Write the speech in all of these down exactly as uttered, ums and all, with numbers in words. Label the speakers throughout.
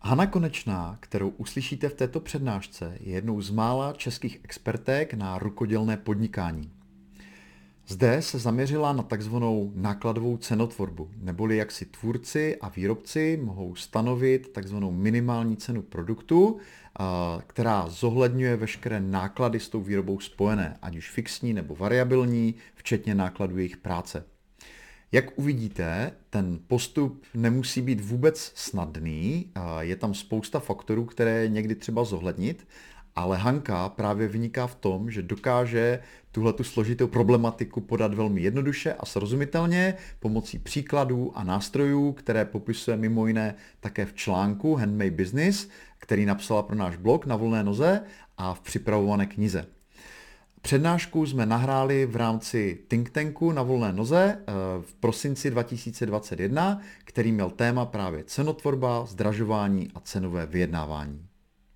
Speaker 1: Hana Konečná, kterou uslyšíte v této přednášce, je jednou z mála českých expertek na rukodělné podnikání. Zde se zaměřila na takzvanou nákladovou cenotvorbu, neboli jak si tvůrci a výrobci mohou stanovit takzvanou minimální cenu produktu, která zohledňuje veškeré náklady s tou výrobou spojené, ať už fixní nebo variabilní, včetně nákladů jejich práce. Jak uvidíte, ten postup nemusí být vůbec snadný, je tam spousta faktorů, které někdy třeba zohlednit, ale Hanka právě vyniká v tom, že dokáže tuhletu složitou problematiku podat velmi jednoduše a srozumitelně pomocí příkladů a nástrojů, které popisuje mimo jiné také v článku Handmade Business, který napsala pro náš blog Na volné noze a v připravované knize. Přednášku jsme nahráli v rámci think tanku Na volné noze v prosinci dva tisíce dvacet jedna, který měl téma právě cenotvorba, zdražování a cenové vyjednávání.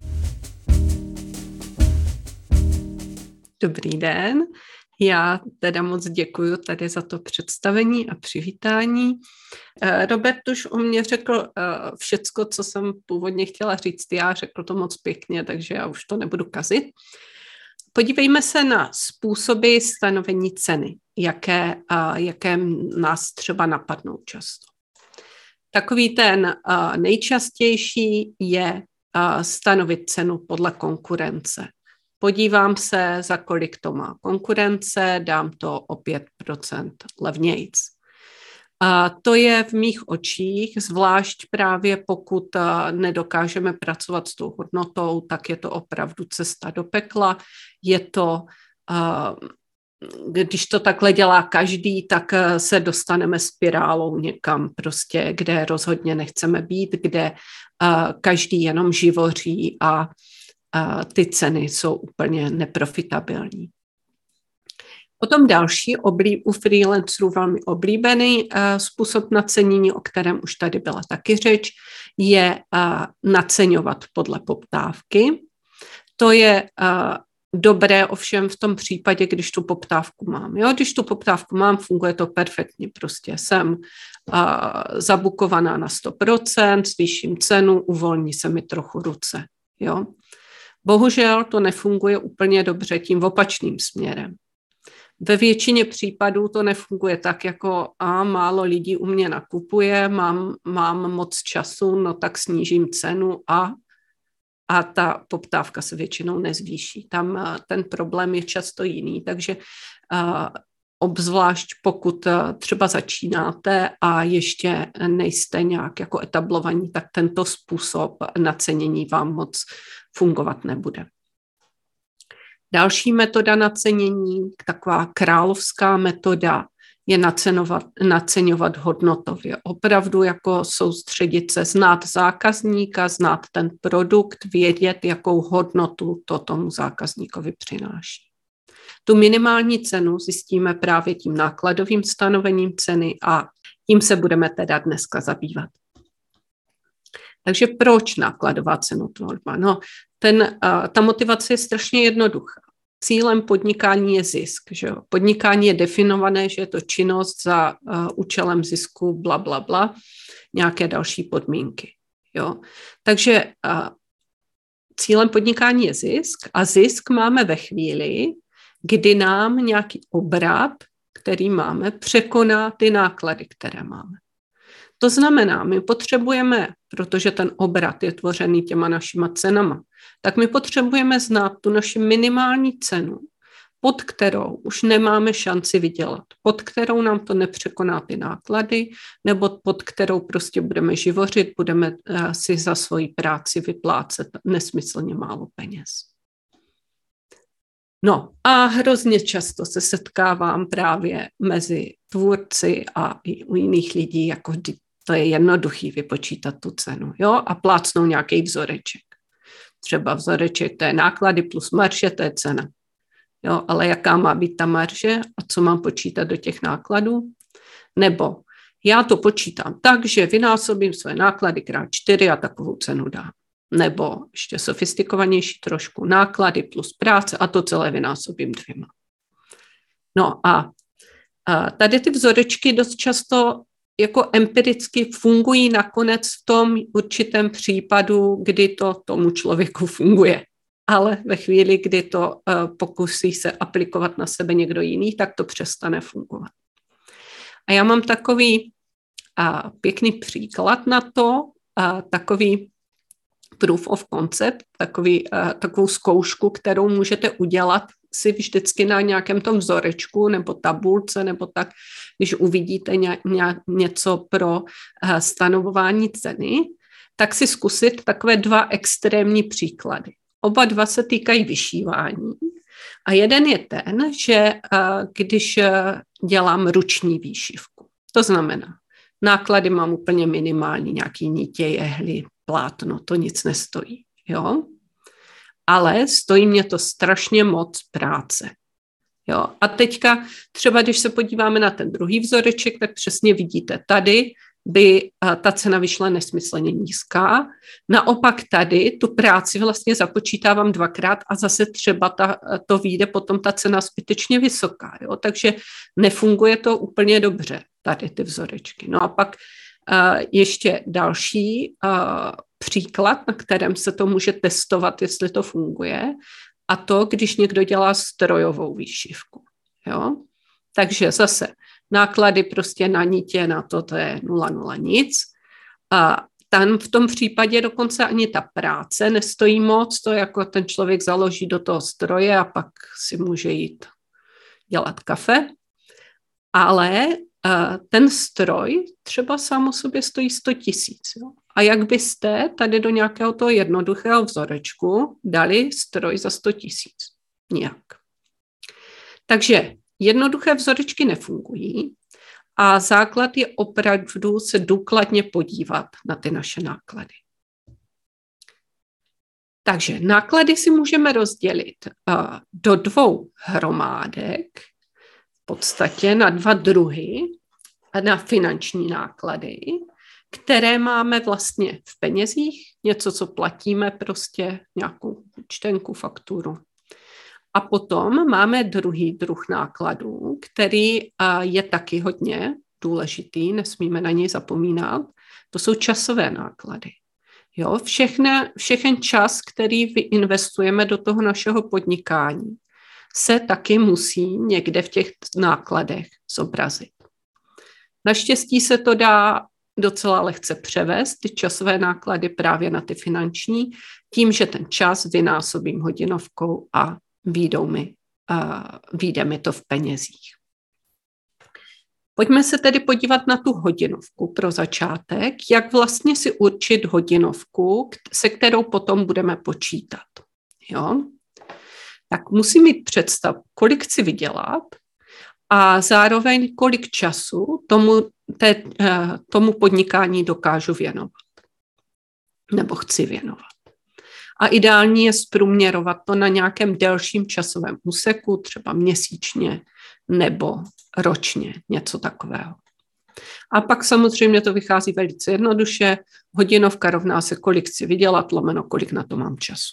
Speaker 2: Dobrý den, já teda moc děkuji tady za to představení a přivítání. Robert už o mě řekl všecko, co jsem původně chtěla říct, já řekl to moc pěkně, takže já už to nebudu kazit. Podívejme se na způsoby stanovení ceny, jaké, jaké nás třeba napadnou často. Takový ten nejčastější je stanovit cenu podle konkurence. Podívám se, za kolik to má konkurence, dám to o pět procent levnějc. A to je v mých očích, zvlášť právě pokud nedokážeme pracovat s tou hodnotou, tak je to opravdu cesta do pekla. Je to, když to takhle dělá každý, tak se dostaneme spirálou někam prostě, kde rozhodně nechceme být, kde každý jenom živoří a a ty ceny jsou úplně neprofitabilní. Potom další oblí, u freelancerů velmi oblíbený uh, způsob nacenění, o kterém už tady byla taky řeč, je uh, naceňovat podle poptávky. To je uh, dobré ovšem v tom případě, když tu poptávku mám. Jo? Když tu poptávku mám, funguje to perfektně. Prostě jsem uh, zabukovaná na sto procent, zvýším cenu, uvolní se mi trochu ruce. Jo? Bohužel to nefunguje úplně dobře tím opačným směrem. Ve většině případů to nefunguje tak, jako a málo lidí u mě nakupuje, mám, mám moc času, no tak snížím cenu a, a ta poptávka se většinou nezvýší. Tam ten problém je často jiný, takže a, obzvlášť pokud třeba začínáte a ještě nejste nějak jako etablovaní, tak tento způsob nacenění vám moc fungovat nebude. Další metoda nacenění, taková královská metoda, je nacenovat, naceňovat hodnotově. Opravdu jako soustředit se, znát zákazníka, znát ten produkt, vědět, jakou hodnotu to tomu zákazníkovi přináší. Tu minimální cenu zjistíme právě tím nákladovým stanovením ceny a tím se budeme teda dneska zabývat. Takže proč nákladová cenotvorba? No, ten, ta motivace je strašně jednoduchá. Cílem podnikání je zisk. Že jo? Podnikání je definované, že je to činnost za uh, účelem zisku, bla, bla, bla, nějaké další podmínky. Jo? Takže uh, cílem podnikání je zisk a zisk máme ve chvíli, kdy nám nějaký obrat, který máme, překoná ty náklady, které máme. To znamená, my potřebujeme, protože ten obrat je tvořený těma našima cenama, tak my potřebujeme znát tu naši minimální cenu, pod kterou už nemáme šanci vydělat, pod kterou nám to nepřekoná ty náklady, nebo pod kterou prostě budeme živořit, budeme si za svoji práci vyplácet nesmyslně málo peněz. No a hrozně často se setkávám právě mezi tvůrci a i u jiných lidí, jako to je jednoduchý vypočítat tu cenu, jo, a plácnou nějaký vzoreček. Třeba vzoreček, to je náklady plus marže, to je cena. Jo, ale jaká má být ta marže a co mám počítat do těch nákladů? Nebo já to počítám tak, že vynásobím své náklady krát čtyři a takovou cenu dám. Nebo ještě sofistikovanější trošku náklady plus práce a to celé vynásobím dvěma. No a, a tady ty vzorečky dost často jako empiricky fungují nakonec v tom určitém případu, kdy to tomu člověku funguje. Ale ve chvíli, kdy to uh, pokusí se aplikovat na sebe někdo jiný, tak to přestane fungovat. A já mám takový uh, pěkný příklad na to, uh, takový proof of concept, takový, uh, takovou zkoušku, kterou můžete udělat si vždycky na nějakém tom vzorečku nebo tabulce, nebo tak, když uvidíte ně, ně, něco pro uh, stanovování ceny, tak si zkusit takové dva extrémní příklady. Oba dva se týkají vyšívání. A jeden je ten, že uh, když uh, dělám ruční výšivku, to znamená, náklady mám úplně minimální, nějaký nitě, jehly, plátno, to nic nestojí. Jo? Ale stojí mě to strašně moc práce. Jo? A teďka třeba, když se podíváme na ten druhý vzoreček, tak přesně vidíte, tady by ta cena vyšla nesmyslně nízká. Naopak tady tu práci vlastně započítávám dvakrát a zase třeba ta, to vyjde potom ta cena zbytečně vysoká. Jo? Takže nefunguje to úplně dobře, tady ty vzorečky. No a pak uh, ještě další uh, příklad, na kterém se to může testovat, jestli to funguje, a to, když někdo dělá strojovou výšivku. Jo? Takže zase náklady prostě na nitě, na to, to je nula nula nic. A tam v tom případě dokonce ani ta práce nestojí moc, to jako ten člověk založí do toho stroje a pak si může jít dělat kafe. Ale uh, ten stroj třeba sám o sobě stojí sto tisíc. A jak byste tady do nějakého toho jednoduchého vzorečku dali stroj za sto tisíc? Nijak. Takže jednoduché vzorečky nefungují a základ je opravdu se důkladně podívat na ty naše náklady. Takže náklady si můžeme rozdělit uh, do dvou hromádek, v podstatě na dva druhy, na finanční náklady, které máme vlastně v penězích, něco, co platíme, prostě nějakou účtenku, fakturu. A potom máme druhý druh nákladů, který je taky hodně důležitý, nesmíme na něj zapomínat. To jsou časové náklady. Jo, všechny, všechen čas, který vyinvestujeme do toho našeho podnikání, se taky musí někde v těch nákladech zobrazit. Naštěstí se to dá docela lehce převést, ty časové náklady právě na ty finanční, tím, že ten čas vynásobím hodinovkou a výjdou mi, uh, výjde mi to v penězích. Pojďme se tedy podívat na tu hodinovku pro začátek, jak vlastně si určit hodinovku, se kterou potom budeme počítat. Jo? Tak musím mít představ, kolik chci vydělat a zároveň kolik času tomu, te, uh, tomu podnikání dokážu věnovat. Nebo chci věnovat. A ideální je zprůměrovat to na nějakém delším časovém úseku, třeba měsíčně nebo ročně, něco takového. A pak samozřejmě to vychází velice jednoduše. Hodinovka rovná se, kolik chci vydělat, lomeno, kolik na to mám času.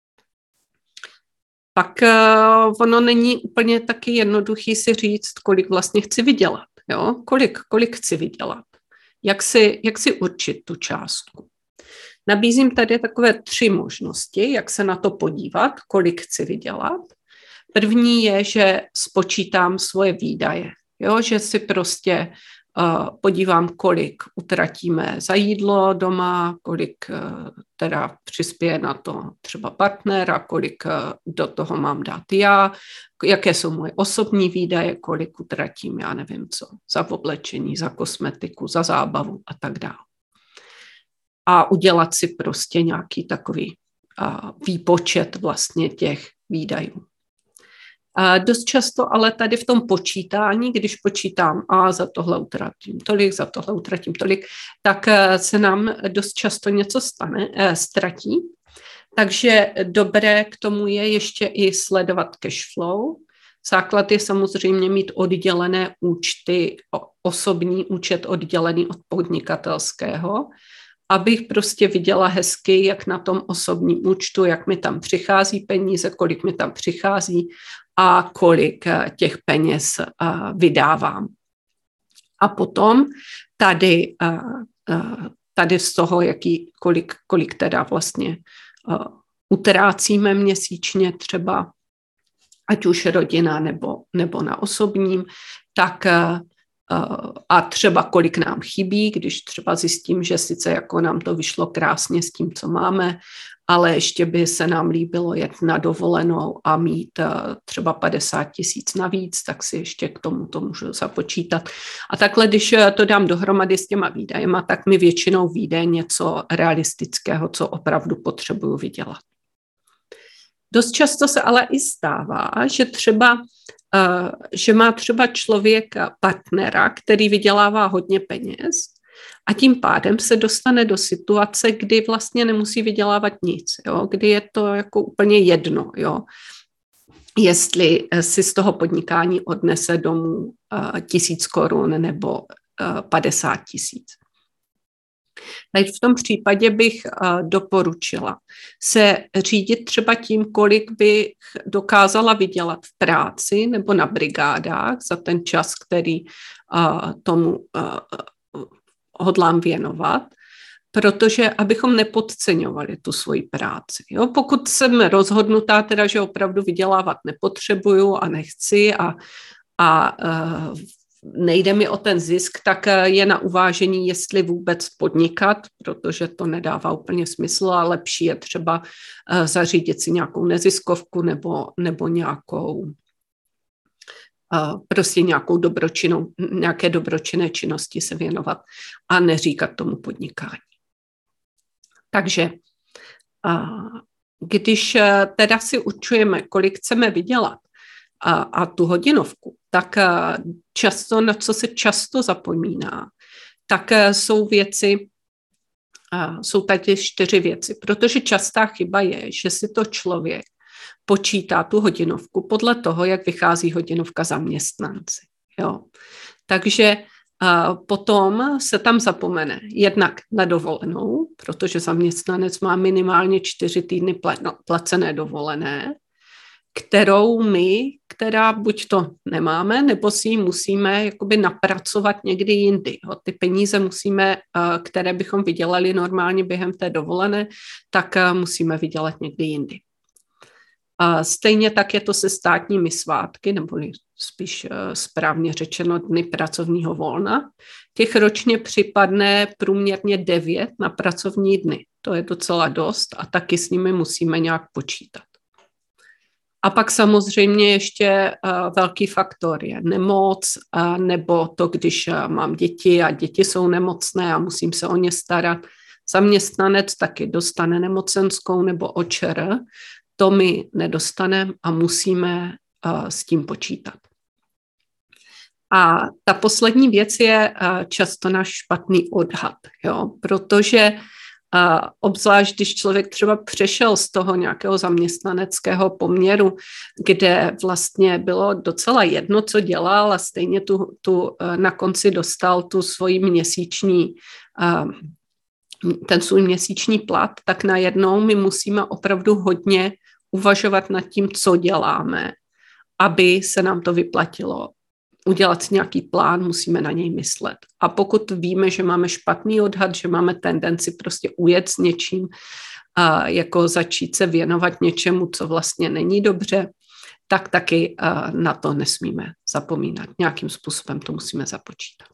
Speaker 2: Pak uh, ono není úplně taky jednoduchý si říct, kolik vlastně chci vydělat. Jo? Kolik, kolik chci vydělat. Jak si, jak si určit tu částku. Nabízím tady takové tři možnosti, jak se na to podívat, kolik chci vydělat. První je, že spočítám svoje výdaje, jo? Že si prostě uh, podívám, kolik utratíme za jídlo doma, kolik uh, teda přispěje na to třeba partner a kolik uh, do toho mám dát já, jaké jsou moje osobní výdaje, kolik utratím, já nevím co, za oblečení, za kosmetiku, za zábavu a tak dále. A udělat si prostě nějaký takový uh, výpočet vlastně těch výdajů. Uh, dost často ale tady v tom počítání, když počítám a za tohle utratím tolik, za tohle utratím tolik, tak uh, se nám dost často něco stane, uh, ztratí. Takže dobré k tomu je ještě i sledovat cash flow. Základ je samozřejmě mít oddělené účty, osobní účet oddělený od podnikatelského, abych prostě viděla hezky, jak na tom osobním účtu, jak mi tam přichází peníze, kolik mi tam přichází a kolik těch peněz vydávám. A potom tady, tady z toho, jaký, kolik, kolik teda vlastně utrácíme měsíčně třeba, ať už rodina nebo, nebo na osobním, tak a třeba kolik nám chybí, když třeba zjistím, že sice jako nám to vyšlo krásně s tím, co máme, ale ještě by se nám líbilo jet na dovolenou a mít třeba padesát tisíc navíc, tak si ještě k tomu to můžu započítat. A takhle, když to dám dohromady s těma výdajema, tak mi většinou vyjde něco realistického, co opravdu potřebuju vydělat. Dost často se ale i stává, že třeba Uh, že má třeba člověk partnera, který vydělává hodně peněz a tím pádem se dostane do situace, kdy vlastně nemusí vydělávat nic, jo? Kdy je to jako úplně jedno, jo? Jestli si z toho podnikání odnese domů uh, tisíc korun nebo uh, padesát tisíc. Teď v tom případě bych uh, doporučila se řídit třeba tím, kolik bych dokázala vydělat v práci nebo na brigádách za ten čas, který uh, tomu uh, hodlám věnovat, protože abychom nepodceňovali tu svoji práci. Jo? Pokud jsem rozhodnutá teda, že opravdu vydělávat nepotřebuju a nechci a, a uh, nejde mi o ten zisk, tak je na uvážení, jestli vůbec podnikat, protože to nedává úplně smysl a lepší je třeba zařídit si nějakou neziskovku nebo, nebo nějakou prostě nějakou dobročinnou, nějaké dobročinné činnosti se věnovat a neříkat tomu podnikání. Takže když teda si určujeme, kolik chceme vydělat, A, a tu hodinovku, tak často, na co se často zapomíná, tak jsou věci, jsou tady čtyři věci, protože častá chyba je, že si to člověk počítá tu hodinovku podle toho, jak vychází hodinovka zaměstnanci. Jo. Takže potom se tam zapomene jednak na dovolenou, protože zaměstnanec má minimálně čtyři týdny placené dovolené, kterou my, která buď to nemáme, nebo si ji musíme jakoby napracovat někdy jindy. Ty peníze musíme, které bychom vydělali normálně během té dovolené, tak musíme vydělat někdy jindy. Stejně tak je to se státními svátky, nebo spíš správně řečeno dny pracovního volna. Těch ročně připadne průměrně devět na pracovní dny. To je docela dost a taky s nimi musíme nějak počítat. A pak samozřejmě ještě uh, velký faktor je nemoc, uh, nebo to, když uh, mám děti a děti jsou nemocné a musím se o ně starat. Zaměstnanec taky dostane nemocenskou nebo O Č R, to my nedostaneme a musíme uh, s tím počítat. A ta poslední věc je uh, často náš špatný odhad, jo? Protože A obzvlášť, když člověk třeba přešel z toho nějakého zaměstnaneckého poměru, kde vlastně bylo docela jedno, co dělal a stejně tu, tu na konci dostal tu svoji měsíční, ten svůj měsíční plat, tak najednou my musíme opravdu hodně uvažovat nad tím, co děláme, aby se nám to vyplatilo. Udělat si nějaký plán, musíme na něj myslet. A pokud víme, že máme špatný odhad, že máme tendenci prostě ujet s něčím, a jako začít se věnovat něčemu, co vlastně není dobře, tak taky na to nesmíme zapomínat. Nějakým způsobem to musíme započítat.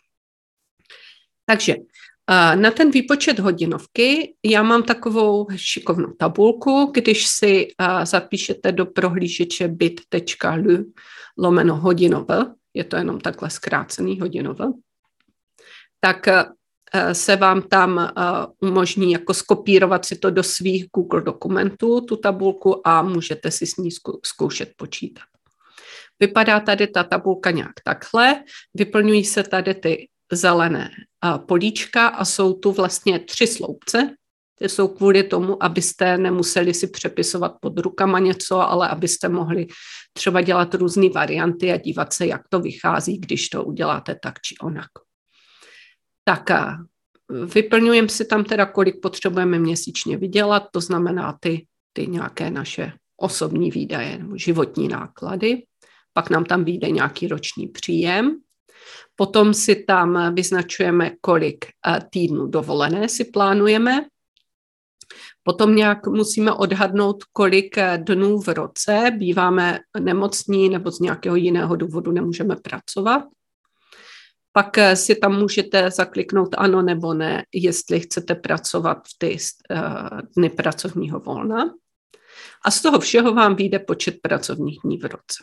Speaker 2: Takže na ten výpočet hodinovky já mám takovou šikovnou tabulku, když si zapíšete do prohlížeče bit.ly lomeno hodinové, je to jenom takhle zkrácený hodinové, tak se vám tam umožní jako skopírovat si to do svých Google dokumentů, tu tabulku, a můžete si s ní zkoušet počítat. Vypadá tady ta tabulka nějak takhle, vyplňují se tady ty zelené políčka a jsou tu vlastně tři sloupce. Ty jsou kvůli tomu, abyste nemuseli si přepisovat pod rukama něco, ale abyste mohli třeba dělat různé varianty a dívat se, jak to vychází, když to uděláte tak či onak. Tak vyplňujeme si tam teda, kolik potřebujeme měsíčně vydělat, to znamená ty, ty nějaké naše osobní výdaje nebo životní náklady. Pak nám tam vyjde nějaký roční příjem. Potom si tam vyznačujeme, kolik týdnů dovolené si plánujeme. Potom nějak musíme odhadnout, kolik dnů v roce býváme nemocní nebo z nějakého jiného důvodu nemůžeme pracovat. Pak si tam můžete zakliknout ano nebo ne, jestli chcete pracovat v ty dny pracovního volna. A z toho všeho vám vyjde počet pracovních dní v roce.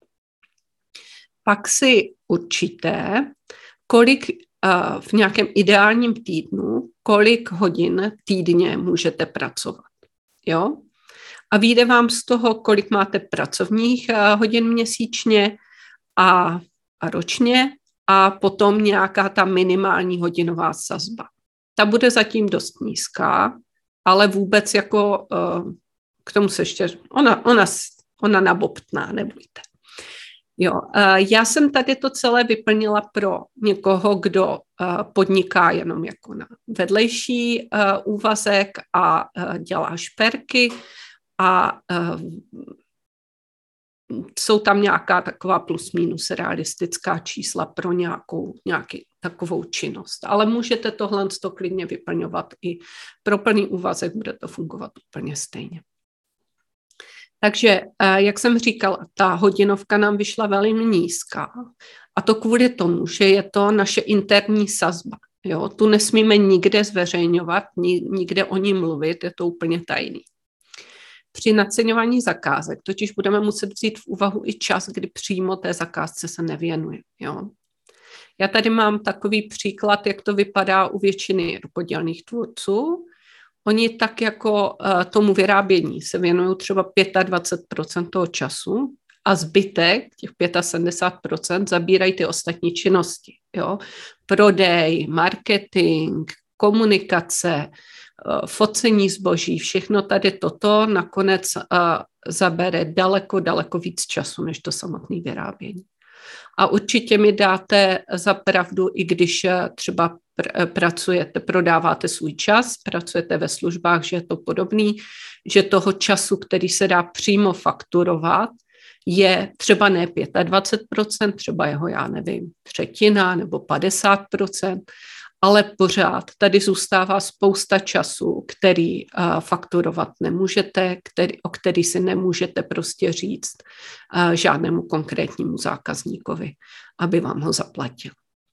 Speaker 2: Pak si určíte, kolik v nějakém ideálním týdnu, kolik hodin týdně můžete pracovat. Jo? A vyjde vám z toho, kolik máte pracovních hodin měsíčně a, a ročně a potom nějaká ta minimální hodinová sazba. Ta bude zatím dost nízká, ale vůbec jako k tomu se ještě, ona, ona, ona nabobtná, nebojte. Jo, já jsem tady to celé vyplnila pro někoho, kdo podniká jenom jako na vedlejší úvazek a dělá šperky a jsou tam nějaká taková plus minus realistická čísla pro nějakou, nějaký takovou činnost. Ale můžete tohle to klidně vyplňovat i pro plný úvazek, bude to fungovat úplně stejně. Takže, jak jsem říkala, ta hodinovka nám vyšla velmi nízká. A to kvůli tomu, že je to naše interní sazba. Jo? Tu nesmíme nikde zveřejňovat, nikde o ní mluvit, je to úplně tajný. Při naceňování zakázek totiž budeme muset vzít v úvahu i čas, kdy přímo té zakázce se nevěnuje. Jo? Já tady mám takový příklad, jak to vypadá u většiny rukodělných tvůrců. Oni tak jako uh, tomu vyrábění se věnují třeba dvacet pět procent toho času a zbytek, těch sedmdesát pět procent, zabírají ty ostatní činnosti. Jo? Prodej, marketing, komunikace, uh, focení zboží, všechno tady toto nakonec uh, zabere daleko, daleko víc času, než to samotné vyrábění. A určitě mi dáte za pravdu, i když třeba pr- pracujete, prodáváte svůj čas, pracujete ve službách, že je to podobný, že toho času, který se dá přímo fakturovat, je třeba ne dvacet pět procent, třeba jeho, já nevím, třetina nebo padesát procent, ale pořád tady zůstává spousta času, který uh, fakturovat nemůžete, který, o který si nemůžete prostě říct uh, žádnému konkrétnímu zákazníkovi, aby vám ho zaplatil.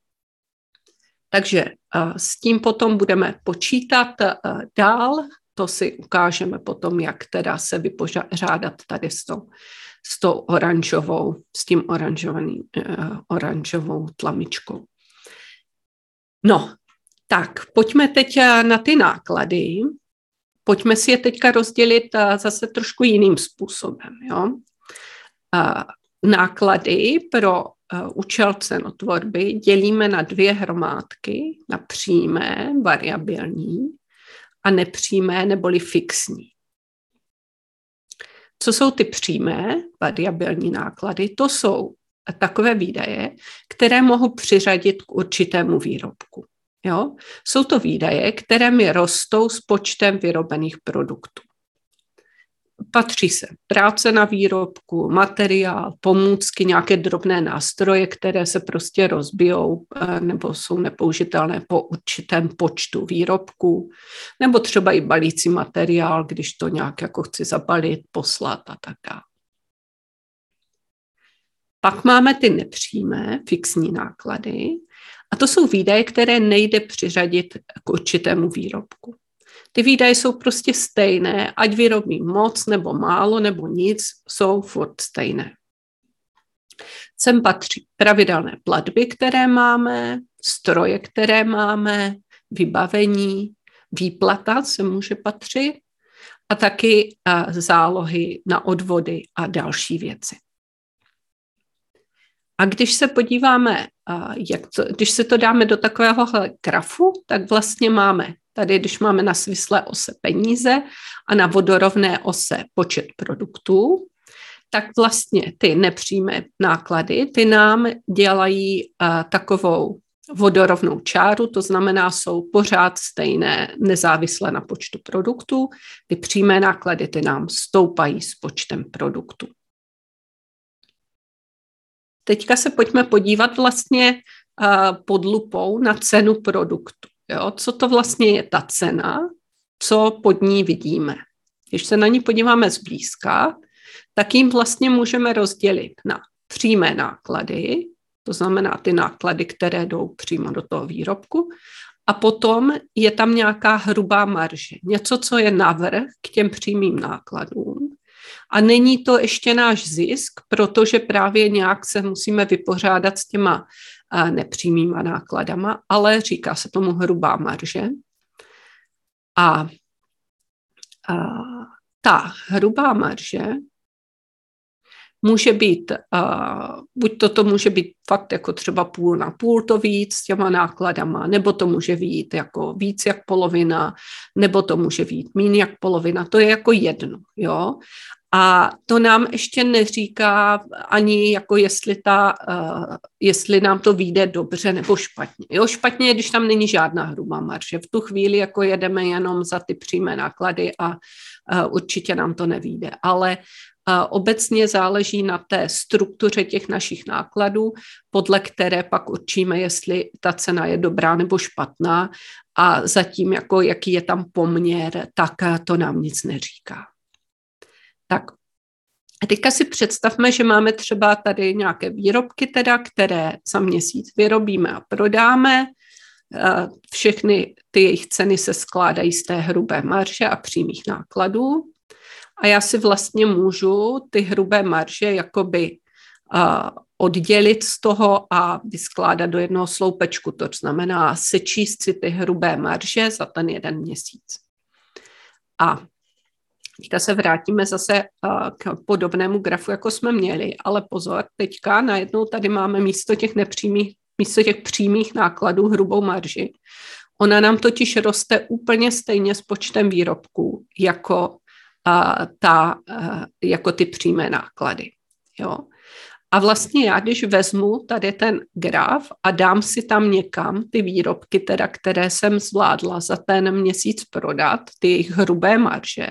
Speaker 2: Takže uh, s tím potom budeme počítat uh, dál, to si ukážeme potom, jak teda se vypořádat tady s tou, s tou oranžovou, s tím oranžovaným, uh, oranžovou tlamičkou. No, tak pojďme teď na ty náklady. Pojďme si je teďka rozdělit zase trošku jiným způsobem. Jo? Náklady pro účel cenotvorby dělíme na dvě hromádky, na přímé, variabilní a nepřímé neboli fixní. Co jsou ty přímé, variabilní náklady? To jsou takové výdaje, které mohu přiřadit k určitému výrobku. Jo? Jsou to výdaje, které mi rostou s počtem vyrobených produktů. Patří se práce na výrobku, materiál, pomůcky, nějaké drobné nástroje, které se prostě rozbijou nebo jsou nepoužitelné po určitém počtu výrobků, nebo třeba i balící materiál, když to nějak jako chci zabalit, poslat a tak dále. Pak máme ty nepřímé fixní náklady a to jsou výdaje, které nejde přiřadit k určitému výrobku. Ty výdaje jsou prostě stejné, ať vyrobím moc nebo málo nebo nic, jsou furt stejné. Sem patří pravidelné platby, které máme, stroje, které máme, vybavení, výplata se může patřit a taky zálohy na odvody a další věci. A když se podíváme, jak to, když se to dáme do takového grafu, tak vlastně máme tady, když máme na svislé ose peníze a na vodorovné ose počet produktů, tak vlastně ty nepřímé náklady, ty nám dělají takovou vodorovnou čáru, to znamená, jsou pořád stejné, nezávisle na počtu produktů. Ty přímé náklady, ty nám stoupají s počtem produktů. teďka se pojďme podívat vlastně pod lupou na cenu produktu. Jo? Co to vlastně je ta cena, co pod ní vidíme. Když se na ní podíváme zblízka, tak jim vlastně můžeme rozdělit na přímé náklady, to znamená ty náklady, které jdou přímo do toho výrobku, a potom je tam nějaká hrubá marže, něco, co je navrch k těm přímým nákladům. A není to ještě náš zisk, protože právě nějak se musíme vypořádat s těma nepřímýma nákladama, ale říká se tomu hrubá marže. A, a ta hrubá marže může být, uh, buď to, to může být fakt jako třeba půl na půl to víc s těma nákladama, nebo to může být jako víc jak polovina, nebo to může být míň jak polovina, to je jako jedno, jo. A to nám ještě neříká ani jako jestli, ta, uh, jestli nám to vyjde dobře nebo špatně. Jo, špatně je, když tam není žádná hrubá marže. V tu chvíli jako jedeme jenom za ty přímé náklady a uh, určitě nám to nevyjde. Ale uh, obecně záleží na té struktuře těch našich nákladů, podle které pak určíme, jestli ta cena je dobrá nebo špatná a zatím, jako jaký je tam poměr, tak to nám nic neříká. Tak a teďka si představme, že máme třeba tady nějaké výrobky, teda, které za měsíc vyrobíme a prodáme. Všechny ty jejich ceny se skládají z té hrubé marže a přímých nákladů. A já si vlastně můžu ty hrubé marže jakoby oddělit z toho a vyskládat do jednoho sloupečku. To znamená sečíst si ty hrubé marže za ten jeden měsíc. A teďka se vrátíme zase k podobnému grafu, jako jsme měli, ale pozor, teďka najednou tady máme místo těch nepřímých, místo těch přímých nákladů hrubou marži. Ona nám totiž roste úplně stejně s počtem výrobků, jako, a, ta, a, jako ty přímé náklady. Jo? A vlastně já, když vezmu tady ten graf a dám si tam někam ty výrobky, teda, které jsem zvládla za ten měsíc prodat, ty jejich hrubé marže,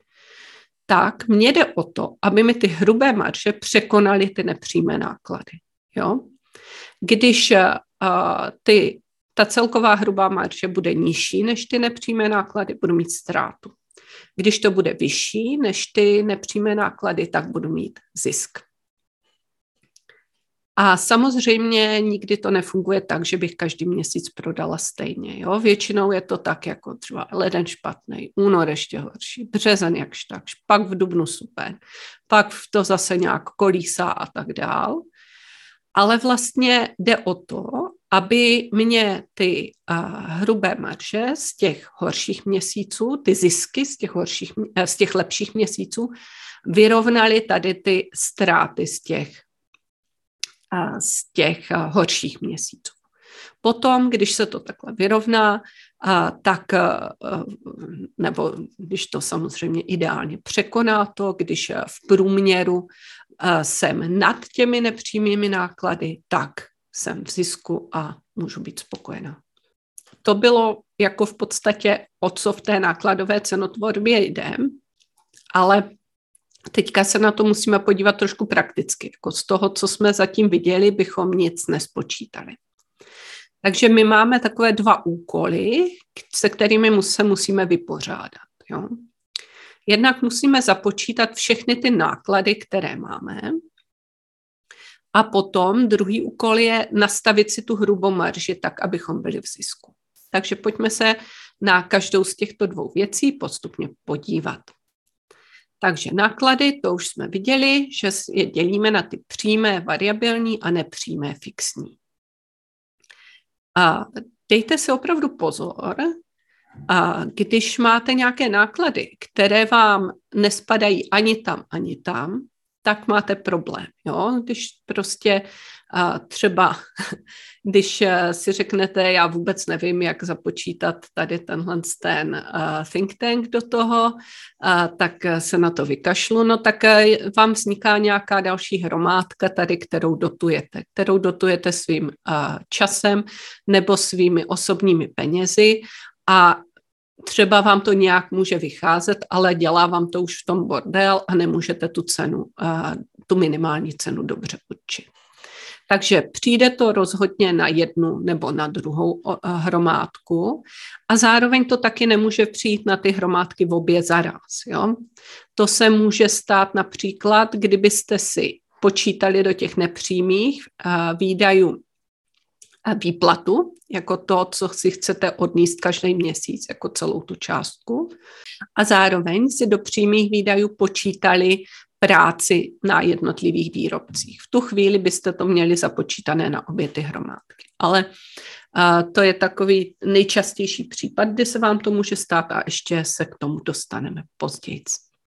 Speaker 2: tak mně jde o to, aby mi ty hrubé marže překonaly ty nepřímé náklady. Jo? Když uh, ty, ta celková hrubá marže bude nižší než ty nepřímé náklady, budu mít ztrátu. Když to bude vyšší než ty nepřímé náklady, tak budu mít zisk. A samozřejmě nikdy to nefunguje tak, že bych každý měsíc prodala stejně. Jo? Většinou je to tak, jako třeba leden špatný, únor ještě horší, březen jakž takž, pak v dubnu super, pak to zase nějak kolísá a tak dál. Ale vlastně jde o to, aby mě ty uh, hrubé marže z těch horších měsíců, ty zisky z těch, horších, z těch lepších měsíců vyrovnaly tady ty ztráty z těch z těch horších měsíců. Potom, když se to takhle vyrovná, tak, nebo když to samozřejmě ideálně překoná to, když v průměru jsem nad těmi nepřímými náklady, tak jsem v zisku a můžu být spokojená. To bylo jako v podstatě, o co v té nákladové cenotvorbě jde, ale teďka se na to musíme podívat trošku prakticky. Jako z toho, co jsme zatím viděli, bychom nic nespočítali. Takže my máme takové dva úkoly, se kterými se musíme vypořádat. Jo? Jednak musíme započítat všechny ty náklady, které máme. A potom druhý úkol je nastavit si tu hrubou marži tak, abychom byli v zisku. Takže pojďme se na každou z těchto dvou věcí postupně podívat. Takže náklady, to už jsme viděli, že je dělíme na ty přímé variabilní a nepřímé fixní. A dejte si opravdu pozor, a když máte nějaké náklady, které vám nespadají ani tam, ani tam, tak máte problém. Jo? Když prostě a třeba, když si řeknete, já vůbec nevím, jak započítat tady tenhle ten uh, think tank do toho, uh, tak se na to vykašlu, no tak uh, vám vzniká nějaká další hromádka tady, kterou dotujete, kterou dotujete svým uh, časem nebo svými osobními penězi a třeba vám to nějak může vycházet, ale dělá vám to už v tom bordel a nemůžete tu cenu, uh, tu minimální cenu dobře určit. Takže přijde to rozhodně na jednu nebo na druhou hromádku a zároveň to taky nemůže přijít na ty hromádky v obě zaraz. Jo? To se může stát například, kdybyste si počítali do těch nepřímých výdajů výplatu, jako to, co si chcete odníst každý měsíc, jako celou tu částku. A zároveň si do přímých výdajů počítali práci na jednotlivých výrobcích. V tu chvíli byste to měli započítané na obě ty hromádky. Ale uh, to je takový nejčastější případ, kdy se vám to může stát a ještě se k tomu dostaneme později.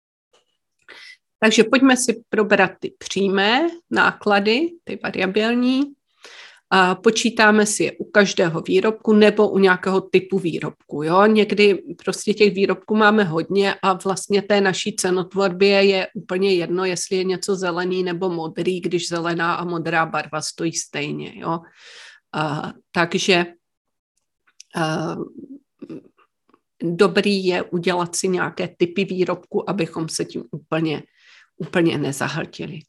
Speaker 2: Takže pojďme si probrat ty přímé náklady, ty variabilní. A počítáme si je u každého výrobku nebo u nějakého typu výrobku. Jo? Někdy prostě těch výrobků máme hodně a vlastně té naší cenotvorbě je úplně jedno, jestli je něco zelený nebo modrý, když zelená a modrá barva stojí stejně. Jo? A, takže a, dobrý je udělat si nějaké typy výrobku, abychom se tím úplně, úplně nezahltili.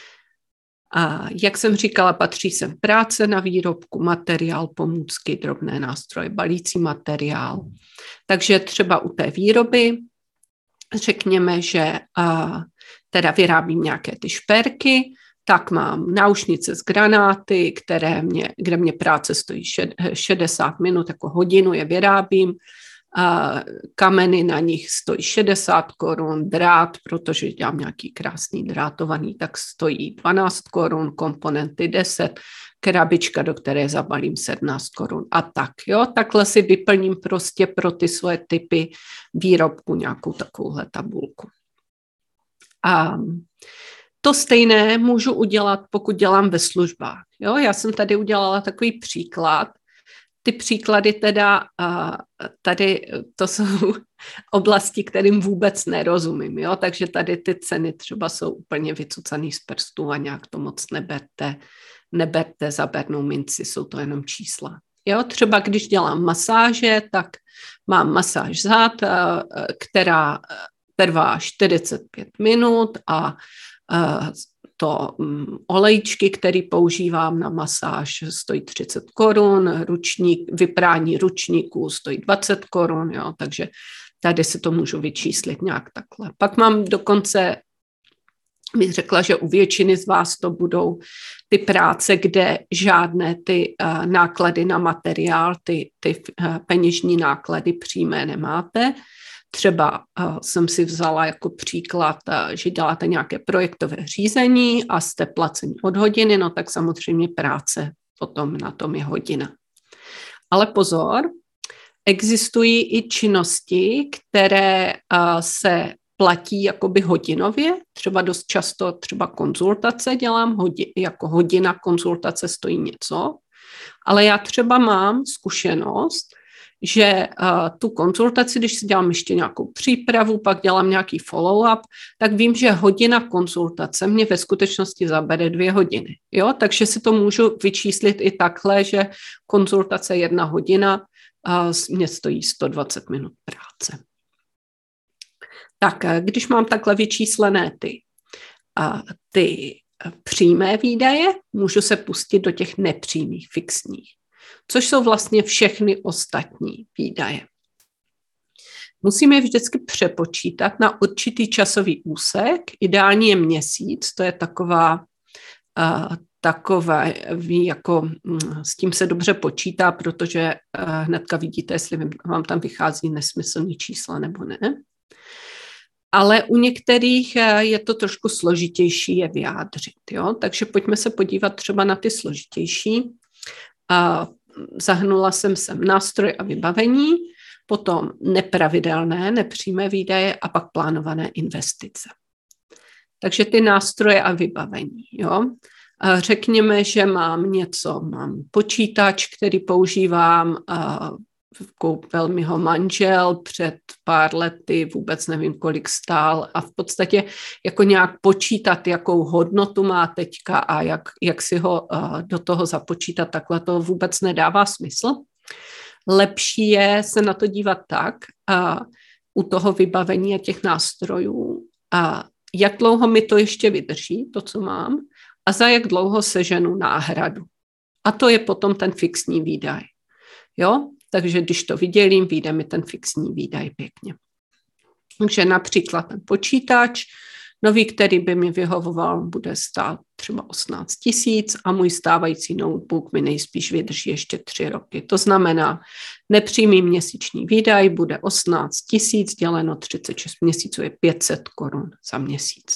Speaker 2: A jak jsem říkala, patří sem práce na výrobku, materiál, pomůcky, drobné nástroje, balící materiál. Takže třeba u té výroby řekněme, že a, teda vyrábím nějaké ty šperky, tak mám náušnice z granáty, které mě, kde mě práce stojí šedesát minut, jako hodinu je vyrábím. A kameny na nich stojí šedesát korun, drát, protože dělám nějaký krásný drátovaný, tak stojí dvanáct korun, komponenty deset, krabička, do které zabalím sedmnáct korun a tak. Jo? Takhle si vyplním prostě pro ty svoje typy výrobku nějakou takovouhle tabulku. A to stejné můžu udělat, pokud dělám ve službách. Jo? Já jsem tady udělala takový příklad. Ty příklady teda, tady to jsou oblasti, kterým vůbec nerozumím, jo? Takže tady ty ceny třeba jsou úplně vycucaný z prstů a nějak to moc neberte, neberte za bernou minci, jsou to jenom čísla. Jo? Třeba když dělám masáže, tak mám masáž zad, která trvá čtyřicet pět minut a to olejčky, který používám na masáž, stojí třicet korun, ručník, vyprání ručníků stojí dvacet korun, jo, takže tady si to můžu vyčíslit nějak takhle. Pak mám dokonce, bych řekla, že u většiny z vás to budou ty práce, kde žádné ty uh, náklady na materiál, ty, ty uh, peněžní náklady přímé nemáte. Třeba uh, jsem si vzala jako příklad, uh, že děláte nějaké projektové řízení a jste placení od hodiny, no tak samozřejmě práce potom na tom je hodina. Ale pozor, existují i činnosti, které uh, se platí jakoby hodinově, třeba dost často třeba konzultace dělám, hodi, jako hodina konzultace stojí něco, ale já třeba mám zkušenost, že uh, tu konzultaci, když si dělám ještě nějakou přípravu, pak dělám nějaký follow-up, tak vím, že hodina konzultace mě ve skutečnosti zabere dvě hodiny. Jo? Takže si to můžu vyčíslit i takhle, že konzultace jedna hodina uh, mě stojí sto dvacet minut práce. Tak když mám takhle vyčíslené ty, uh, ty přímé výdaje, můžu se pustit do těch nepřímých fixních, což jsou vlastně všechny ostatní výdaje. Musíme je vždycky přepočítat na určitý časový úsek, ideálně je měsíc, to je taková, uh, takové, jako s tím se dobře počítá, protože uh, hnedka vidíte, jestli vám tam vychází nesmyslný čísla nebo ne. Ale u některých je to trošku složitější je vyjádřit. Jo? Takže pojďme se podívat třeba na ty složitější. Uh, Zahrnula jsem sem nástroje a vybavení, potom nepravidelné, nepřímé výdaje a pak plánované investice. Takže ty nástroje a vybavení. Jo? Řekněme, že mám něco, mám počítač, který používám, koupil mi ho manžel před pár lety, vůbec nevím, kolik stál a v podstatě jako nějak počítat, jakou hodnotu má teďka a jak, jak si ho uh, do toho započítat, takhle to vůbec nedává smysl. Lepší je se na to dívat tak uh, u toho vybavení a těch nástrojů, uh, jak dlouho mi to ještě vydrží, to, co mám, a za jak dlouho seženu náhradu. A to je potom ten fixní výdaj. Jo? Takže když to vydělím, vyjde mi ten fixní výdaj pěkně. Takže například ten počítač, nový, který by mi vyhovoval, bude stát třeba osmnáct tisíc a můj stávající notebook mi nejspíš vydrží ještě tři roky. To znamená, nepřímý měsíční výdaj bude osmnáct tisíc děleno třicet šest měsíců je pět set korun za měsíc.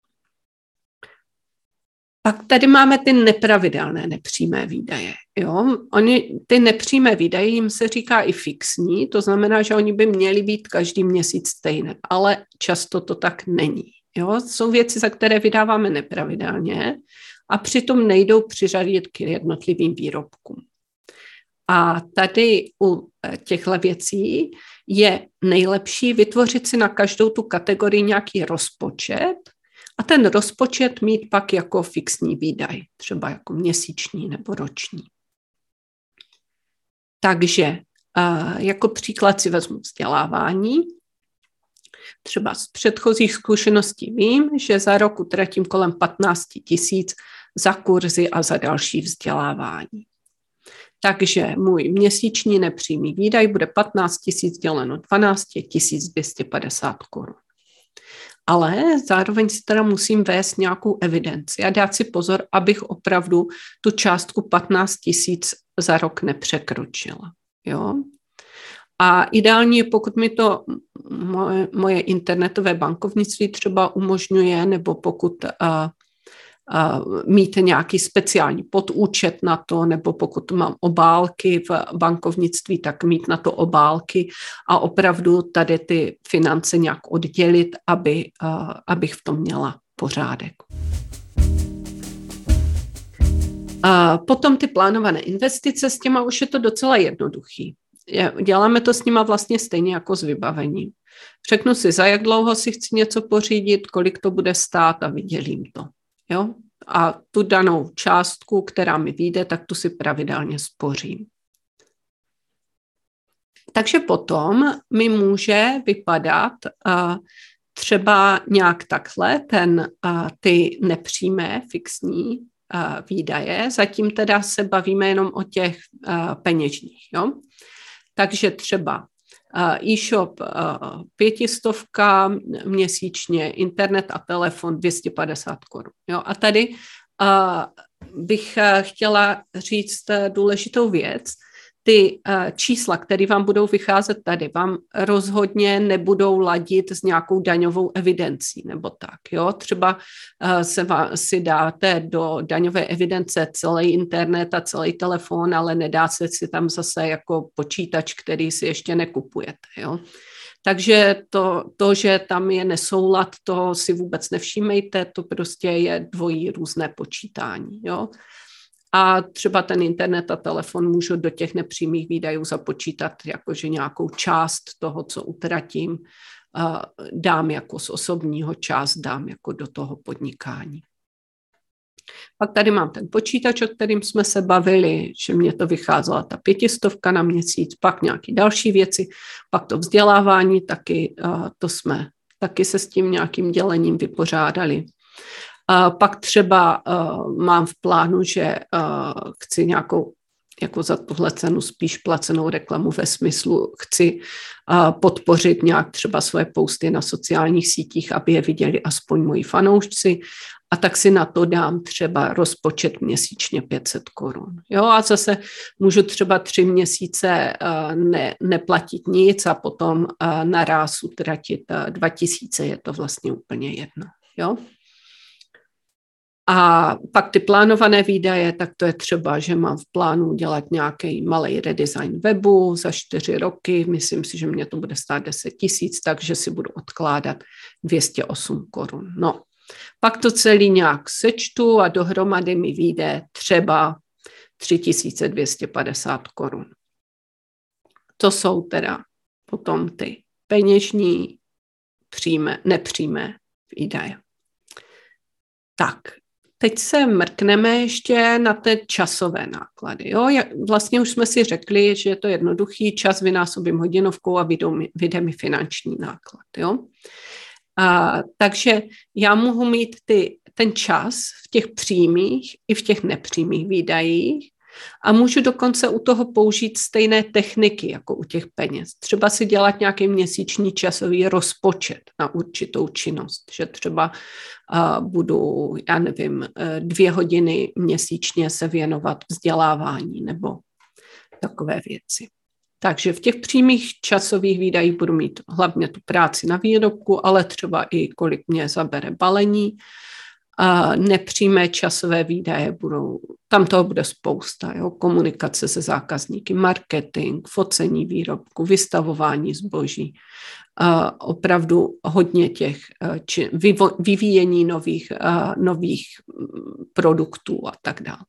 Speaker 2: Pak tady máme ty nepravidelné nepřímé výdaje. Jo? Oni, ty nepřímé výdaje, jim se říká i fixní, to znamená, že oni by měli být každý měsíc stejné, ale často to tak není. Jo? Jsou věci, za které vydáváme nepravidelně a přitom nejdou přiřadit k jednotlivým výrobkům. A tady u těchto věcí je nejlepší vytvořit si na každou tu kategorii nějaký rozpočet, a ten rozpočet mít pak jako fixní výdaj, třeba jako měsíční nebo roční. Takže jako příklad si vezmu vzdělávání. Třeba z předchozích zkušeností vím, že za rok utratím kolem patnáct tisíc za kurzy a za další vzdělávání. Takže můj měsíční nepřímý výdaj bude patnáct tisíc děleno dvanáct tisíc dvě stě padesát korun. Ale zároveň si teda musím vést nějakou evidenci a dát si pozor, abych opravdu tu částku patnáct tisíc za rok nepřekročila. Jo? A ideální je, pokud mi to moje, moje internetové bankovnictví třeba umožňuje, nebo pokud uh, uh, mít nějaký speciální podúčet na to, nebo pokud mám obálky v bankovnictví, tak mít na to obálky a opravdu tady ty finance nějak oddělit, aby, uh, abych v tom měla pořádek. A potom ty plánované investice, s těma už je to docela jednoduchý. Děláme to s nima vlastně stejně jako s vybavením. Řeknu si, za jak dlouho si chci něco pořídit, kolik to bude stát a vydělím to. Jo? A tu danou částku, která mi vyjde, tak tu si pravidelně spořím. Takže potom mi může vypadat uh, třeba nějak takhle ten, uh, ty nepřímé fixní uh, výdaje. Zatím teda se bavíme jenom o těch uh, peněžních. Jo? Takže třeba uh, e-shop uh, pětistovka měsíčně, internet a telefon dvě stě padesát korun. Jo? A tady uh, bych uh, chtěla říct uh, důležitou věc. Ty uh, čísla, které vám budou vycházet tady, vám rozhodně nebudou ladit s nějakou daňovou evidencí nebo tak. Jo? Třeba uh, se vám, si dáte do daňové evidence celý internet a celý telefon, ale nedá se si tam zase jako počítač, který si ještě nekupujete. Jo? Takže to, to, že tam je nesoulad, to si vůbec nevšímejte, to prostě je dvojí různé počítání. Jo? A třeba ten internet a telefon můžu do těch nepřímých výdajů započítat jakože nějakou část toho, co utratím, dám jako z osobního, část dám jako do toho podnikání. Pak tady mám ten počítač, o kterým jsme se bavili, že mě to vycházela ta pětistovka na měsíc, pak nějaké další věci, pak to vzdělávání, taky, to jsme, taky se s tím nějakým dělením vypořádali. Uh, pak třeba uh, mám v plánu, že uh, chci nějakou, jako za tuhle cenu spíš placenou reklamu ve smyslu, chci uh, podpořit nějak třeba svoje posty na sociálních sítích, aby je viděli aspoň moji fanoušci a tak si na to dám třeba rozpočet měsíčně pět set korun. Jo, a zase můžu třeba tři měsíce uh, ne, neplatit nic a potom uh, naráz utratit uh, dva tisíce, je to vlastně úplně jedno. Jo. A pak ty plánované výdaje, tak to je třeba, že mám v plánu dělat nějaký malý redesign webu za čtyři roky. Myslím si, že mě to bude stát deset tisíc, takže si budu odkládat dvě stě osm korun. No, pak to celý nějak sečtu a dohromady mi vyjde třeba tři tisíce dvě stě padesát korun. To jsou teda potom ty peněžní, přímé, nepřímé výdaje. Tak, teď se mrkneme ještě na ty časové náklady. Jo? Vlastně už jsme si řekli, že je to jednoduchý, čas vynásobím hodinovkou a vyjde mi finanční náklad. Jo? A, takže já mohu mít ty ten čas v těch přímých i v těch nepřímých výdajích a můžu dokonce u toho použít stejné techniky jako u těch peněz. Třeba si dělat nějaký měsíční časový rozpočet na určitou činnost, že třeba uh, budu, já nevím, dvě hodiny měsíčně se věnovat vzdělávání nebo takové věci. Takže v těch přímých časových výdajích budu mít hlavně tu práci na výrobku, ale třeba i kolik mě zabere balení. A nepřímé časové výdaje budou, tam toho bude spousta, jo? Komunikace se zákazníky, marketing, focení výrobku, vystavování zboží, a opravdu hodně těch či, vyvo, vyvíjení nových, a, nových produktů a tak dále.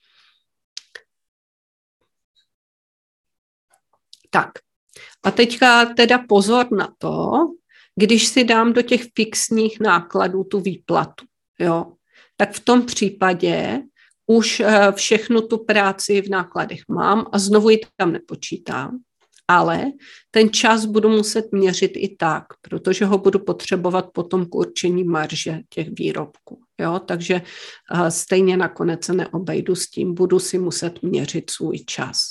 Speaker 2: Tak a teďka teda pozor na to, když si dám do těch fixních nákladů tu výplatu, jo, tak v tom případě už všechnu tu práci v nákladech mám a znovu ji tam nepočítám, ale ten čas budu muset měřit i tak, protože ho budu potřebovat potom k určení marže těch výrobků. Jo? Takže stejně nakonec se neobejdu s tím, budu si muset měřit svůj čas.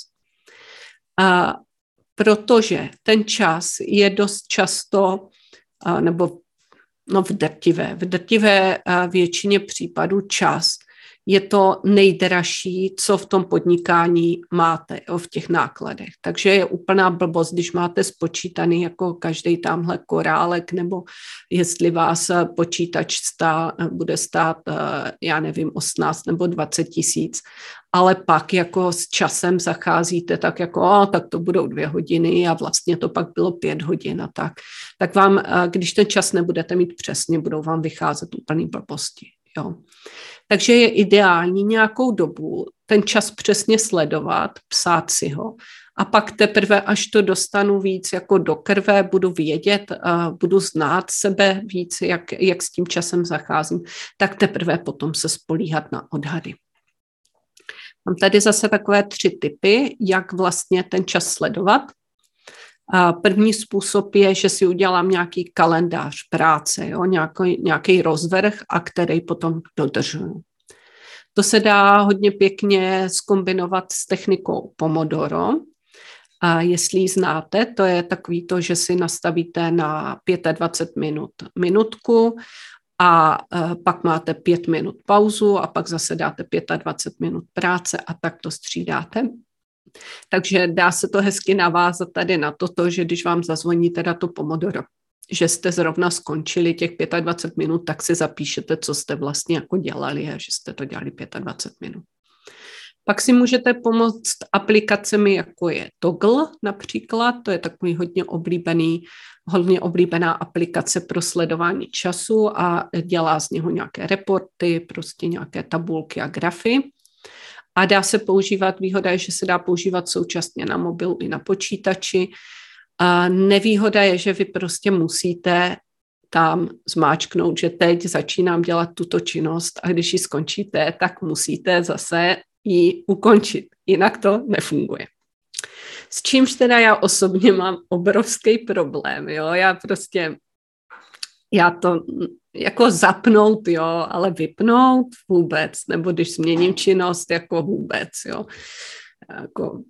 Speaker 2: A protože ten čas je dost často, nebo no v drtivé, v drtivé většině případů čas je to nejdražší, co v tom podnikání máte, jo, v těch nákladech. Takže je úplná blbost, když máte spočítaný jako každý tamhle korálek, nebo jestli vás počítač stá, bude stát, já nevím, osmnáct nebo dvacet tisíc, ale pak jako s časem zacházíte tak jako, o, tak to budou dvě hodiny a vlastně to pak bylo pět hodin a tak. Tak vám, když ten čas nebudete mít přesně, budou vám vycházet úplný blbosti. Jo. Takže je ideální nějakou dobu ten čas přesně sledovat, psát si ho a pak teprve, až to dostanu víc jako do krve, budu vědět, budu znát sebe víc, jak, jak s tím časem zacházím, tak teprve potom se spolíhat na odhady. Mám tady zase takové tři typy, jak vlastně ten čas sledovat. První způsob je, že si udělám nějaký kalendář práce, jo, nějaký, nějaký rozvrh, a který potom dodržuju. To se dá hodně pěkně zkombinovat s technikou Pomodoro. A jestli ji znáte, to je takový to, že si nastavíte na dvacet pět minut minutku a pak máte pět minut pauzu a pak zase dáte dvacet pět minut práce a tak to střídáte. Takže dá se to hezky navázat tady na toto, že když vám zazvoní teda to Pomodoro, že jste zrovna skončili těch dvacet pět minut, tak si zapíšete, co jste vlastně jako dělali a že jste to dělali dvacet pět minut. Pak si můžete pomoct aplikacemi, jako je Toggle například, to je takový hodně oblíbený, hodně oblíbená aplikace pro sledování času a dělá z něho nějaké reporty, prostě nějaké tabulky a grafy. A dá se používat, výhoda je, že se dá používat současně na mobilu i na počítači. A nevýhoda je, že vy prostě musíte tam zmáčknout, že teď začínám dělat tuto činnost a když ji skončíte, tak musíte zase ji ukončit. Jinak to nefunguje. S čímž teda já osobně mám obrovský problém. Jo? Já prostě, já to jako zapnout, jo, ale vypnout vůbec, nebo když změním činnost, jako vůbec, jo. Jako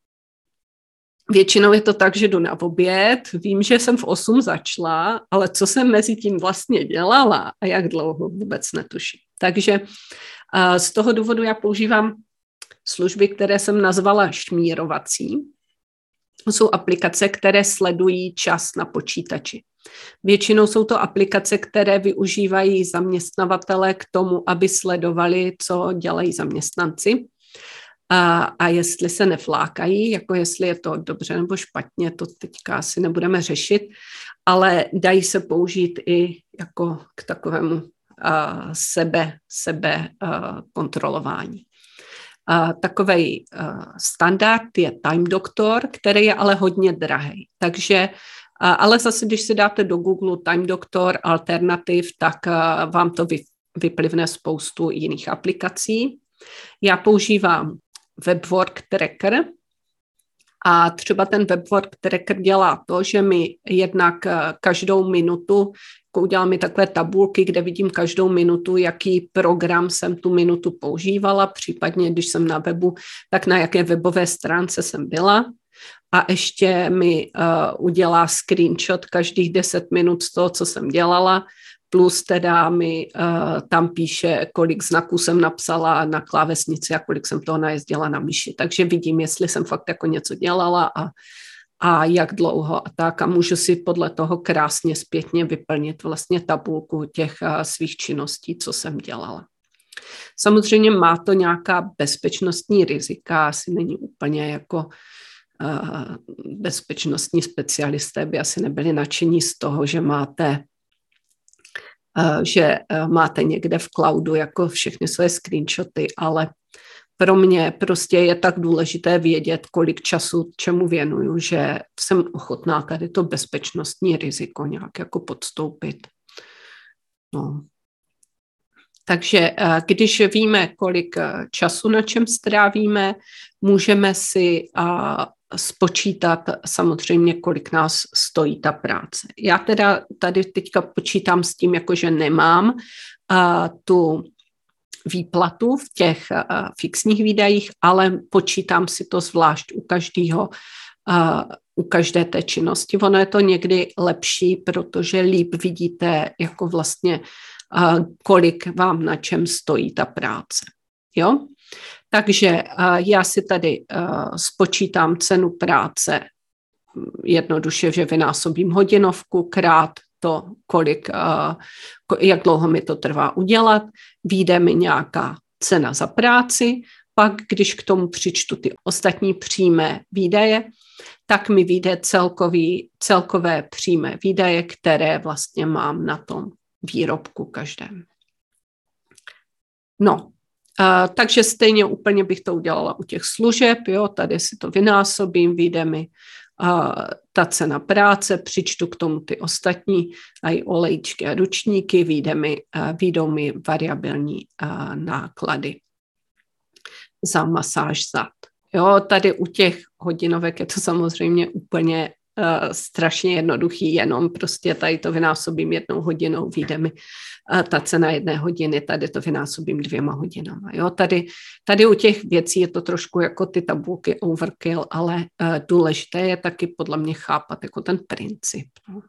Speaker 2: většinou je to tak, že jdu na oběd, vím, že jsem v osm začala, ale co jsem mezi tím vlastně dělala a jak dlouho, vůbec netuším. Takže z toho důvodu já používám služby, které jsem nazvala šmírovací. To jsou aplikace, které sledují čas na počítači. Většinou jsou to aplikace, které využívají zaměstnavatele k tomu, aby sledovali, co dělají zaměstnanci. A, a jestli se neflákají, jako jestli je to dobře nebo špatně, to teďka asi nebudeme řešit, ale dají se použít i jako k takovému uh, sebe, sebe uh, kontrolování. Uh, takovej uh, standard je Time Doctor, který je ale hodně drahý. Takže, uh, ale zase, když si dáte do Google Time Doctor alternativ, tak uh, vám to vy, vyplivne spoustu jiných aplikací. Já používám Webwork Tracker A třeba ten webwork tracker dělá to, že mi jednak každou minutu, udělá mi takové tabulky, kde vidím každou minutu, jaký program jsem tu minutu používala, případně když jsem na webu, tak na jaké webové stránce jsem byla. A ještě mi uh, udělá screenshot každých deset minut z toho, co jsem dělala, plus teda mi uh, tam píše, kolik znaků jsem napsala na klávesnici a kolik jsem toho najezdila na myši. Takže vidím, jestli jsem fakt jako něco dělala a, a jak dlouho a tak. A můžu si podle toho krásně zpětně vyplnit vlastně tabulku těch uh, svých činností, co jsem dělala. Samozřejmě má to nějaká bezpečnostní rizika, asi není úplně jako uh, bezpečnostní specialisté by asi nebyli nadšení z toho, že máte že máte někde v cloudu jako všechny své screenshoty, ale pro mě prostě je tak důležité vědět, kolik času čemu věnuju, že jsem ochotná tady to bezpečnostní riziko nějak jako podstoupit. No. Takže když víme, kolik času na čem strávíme, můžeme si spočítat samozřejmě, kolik nás stojí ta práce. Já teda tady teďka počítám s tím, jakože nemám tu výplatu v těch fixních výdajích, ale počítám si to zvlášť u každého, u každé té činnosti. Ono je to někdy lepší, protože líp vidíte, jako vlastně kolik vám na čem stojí ta práce. Jo? Takže já si tady spočítám cenu práce jednoduše, že vynásobím hodinovku krát to, kolik, jak dlouho mi to trvá udělat, vyjde mi nějaká cena za práci, pak když k tomu přičtu ty ostatní přímé výdaje, tak mi vyjde celkový, celkové přímé výdaje, které vlastně mám na tom výrobku každém. No, uh, takže stejně úplně bych to udělala u těch služeb, jo, tady si to vynásobím, vyjde mi uh, ta cena práce, přičtu k tomu ty ostatní, a i olejčky a ručníky, vyjde mi, uh, vyjdou mi variabilní uh, náklady za masáž zad. Jo, tady u těch hodinovek je to samozřejmě úplně uh, strašně jednoduchý, jenom prostě tady to vynásobím jednou hodinou, vyjde mi uh, ta cena jedné hodiny, tady to vynásobím dvěma hodinama. Jo, tady, tady u těch věcí je to trošku jako ty tabulky overkill, ale uh, důležité je taky podle mě chápat jako ten princip. No.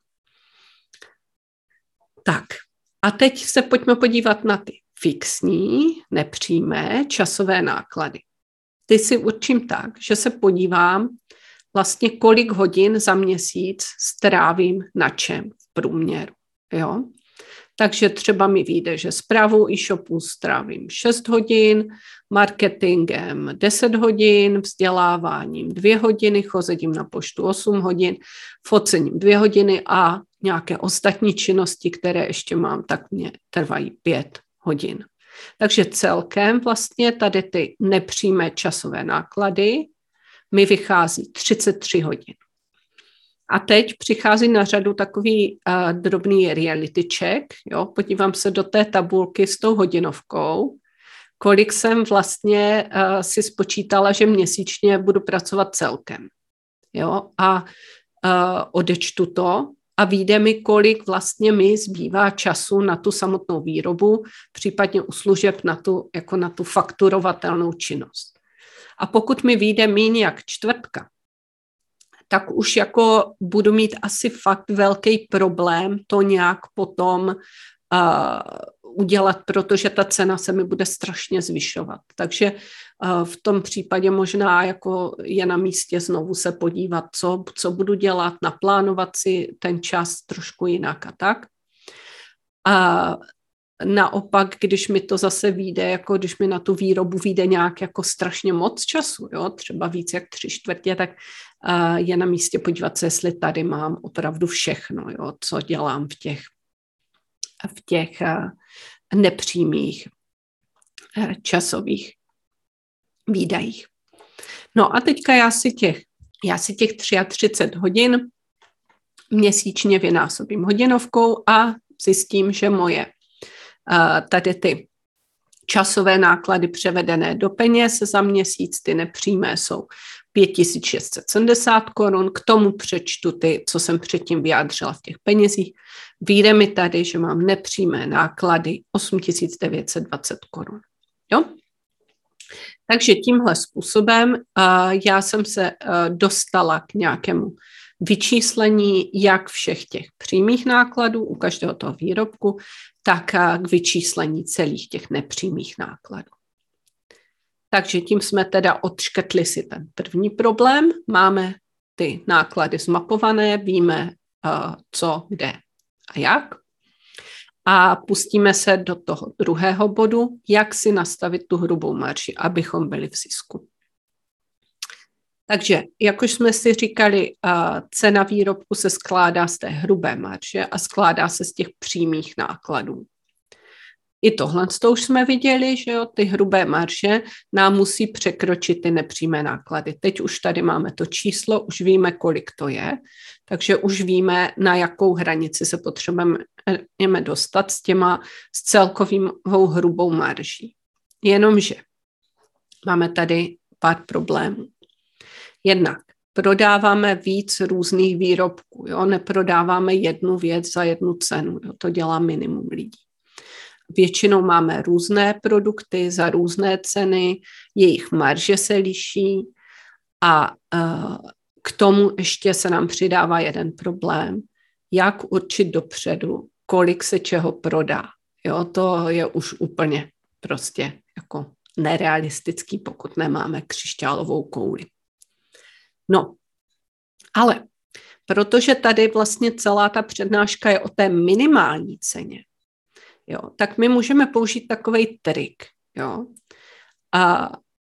Speaker 2: Tak, a teď se pojďme podívat na ty fixní, nepřímé časové náklady. Ty si určím tak, že se podívám vlastně, kolik hodin za měsíc strávím na čem v průměru. Jo? Takže třeba mi vyjde, že správou e-shopu strávím šest hodin, marketingem deset hodin, vzděláváním dvě hodiny, chozením na poštu osm hodin, focením dvě hodiny a nějaké ostatní činnosti, které ještě mám, tak mě trvají pět hodin. Takže celkem vlastně tady ty nepřímé časové náklady mi vychází třicet tři hodin. A teď přichází na řadu takový uh, drobný reality check. Jo? Podívám se do té tabulky s tou hodinovkou, kolik jsem vlastně uh, si spočítala, že měsíčně budu pracovat celkem. Jo? A uh, odečtu to a vyjde mi, kolik vlastně mi zbývá času na tu samotnou výrobu, případně u služeb na tu, jako na tu fakturovatelnou činnost. A pokud mi vyjde míň jak čtvrtka, tak už jako budu mít asi fakt velký problém to nějak potom uh, udělat, protože ta cena se mi bude strašně zvyšovat. Takže uh, v tom případě možná jako je na místě znovu se podívat, co, co budu dělat, naplánovat si ten čas trošku jinak a tak. A naopak, když mi to zase vyjde, jako když mi na tu výrobu vyjde nějak jako strašně moc času, jo, třeba víc jak tři čtvrtě, tak uh, je na místě podívat se, jestli tady mám opravdu všechno, jo, co dělám v těch, v těch uh, nepřímých uh, časových výdajích. No a teďka já si těch, já si těch třicet tři hodin měsíčně vynásobím hodinovkou a zjistím, že moje tady ty časové náklady převedené do peněz za měsíc, ty nepřímé jsou pět tisíc šest set sedmdesát korun, k tomu přečtu ty, co jsem předtím vyjádřila v těch penězích. Vyjde mi tady, že mám nepřímé náklady osm tisíc devět set dvacet korun. Jo? Takže tímhle způsobem uh, já jsem se uh, dostala k nějakému vyčíslení jak všech těch přímých nákladů u každého toho výrobku, tak uh, k vyčíslení celých těch nepřímých nákladů. Takže tím jsme teda odškrtli si ten první problém. Máme ty náklady zmapované, víme, uh, co, kde a jak. A pustíme se do toho druhého bodu, jak si nastavit tu hrubou marži, abychom byli v zisku. Takže, jak už jsme si říkali, cena výrobku se skládá z té hrubé marže a skládá se z těch přímých nákladů. I tohle to už jsme viděli, že jo, ty hrubé marže nám musí překročit ty nepřímé náklady. Teď už tady máme to číslo, už víme, kolik to je, takže už víme, na jakou hranici se potřebujeme dostat s těma s celkovou hrubou marží. Jenomže máme tady pár problémů. Jednak prodáváme víc různých výrobků, jo? Neprodáváme jednu věc za jednu cenu, jo? To dělá minimum lidí. Většinou máme různé produkty za různé ceny, jejich marže se liší a uh, k tomu ještě se nám přidává jeden problém, jak určit dopředu, kolik se čeho prodá. Jo, to je už úplně prostě jako nerealistický, pokud nemáme křišťálovou kouli. No, ale protože tady vlastně celá ta přednáška je o té minimální ceně, jo, tak my můžeme použít takovej trik. Jo. A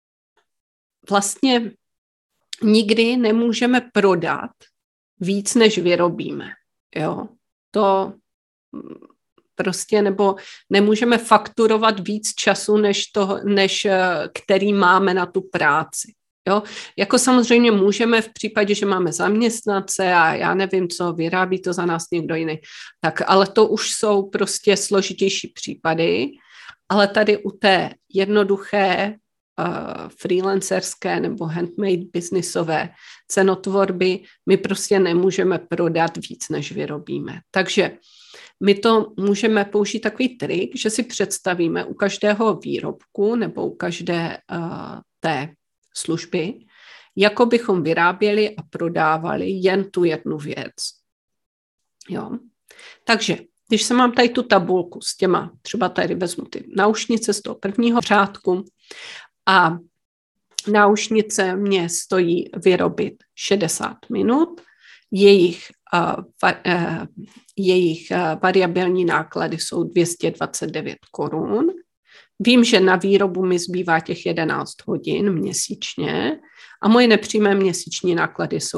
Speaker 2: vlastně nikdy nemůžeme prodat víc, než vyrobíme. Jo. To prostě, nebo nemůžeme fakturovat víc času, než, to, než který máme na tu práci. Jo? Jako samozřejmě můžeme v případě, že máme zaměstnance a já nevím co, vyrábí to za nás někdo jiný, tak ale to už jsou prostě složitější případy, ale tady u té jednoduché uh, freelancerské nebo handmade businessové cenotvorby my prostě nemůžeme prodat víc, než vyrobíme. Takže my to můžeme použít takový trik, že si představíme u každého výrobku nebo u každé uh, té služby, jako bychom vyráběli a prodávali jen tu jednu věc. Jo. Takže, když se mám tady tu tabulku s těma, třeba tady vezmu ty náušnice z toho prvního řádku a náušnice mě stojí vyrobit šedesát minut, jejich, uh, va, uh, jejich uh, variabilní náklady jsou dvě stě dvacet devět korun. Vím, že na výrobu mi zbývá těch jedenáct hodin měsíčně a moje nepřímé měsíční náklady jsou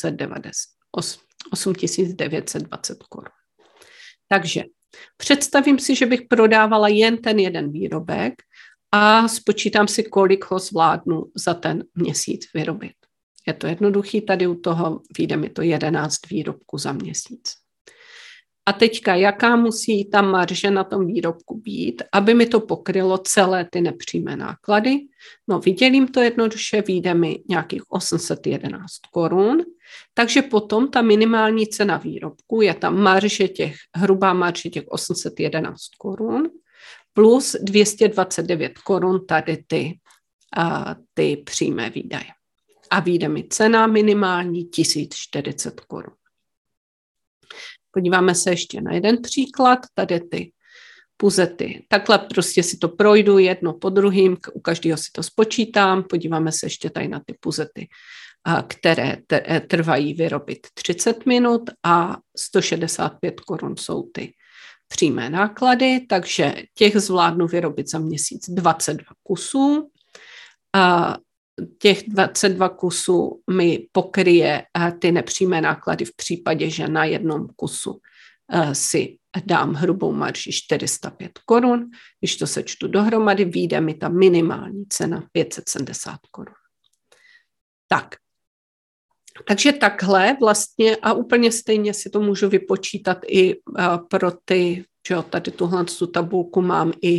Speaker 2: osm tisíc devět set dvacet korun. Takže představím si, že bych prodávala jen ten jeden výrobek a spočítám si, kolik ho zvládnu za ten měsíc vyrobit. Je to jednoduchý, tady u toho vyjde mi to jedenáct výrobků za měsíc. A teďka, jaká musí ta marže na tom výrobku být, aby mi to pokrylo celé ty nepřímé náklady? No, vydělím to jednoduše, vyjde mi nějakých osm set jedenáct korun, takže potom ta minimální cena výrobku je ta marže těch, hrubá marže těch osm set jedenáct korun plus dvě stě dvacet devět korun tady ty, a, ty přímé výdaje. A vyjde mi cena minimální tisíc čtyřicet korun. Podíváme se ještě na jeden příklad, tady ty puzety. Takhle prostě si to projdu jedno po druhým, u každého si to spočítám, podíváme se ještě tady na ty puzety, které trvají vyrobit třicet minut a sto šedesát pět korun jsou ty přímé náklady, takže těch zvládnu vyrobit za měsíc dvacet dva kusů. A těch dvacet dva kusů mi pokryje ty nepřímé náklady v případě, že na jednom kusu si dám hrubou marži čtyři sta pět korun. Když to sečtu dohromady, vyjde mi ta minimální cena pět set sedmdesát korun. Tak. Takže takhle vlastně a úplně stejně si to můžu vypočítat i pro ty, že tady tuhle tu tabulku mám i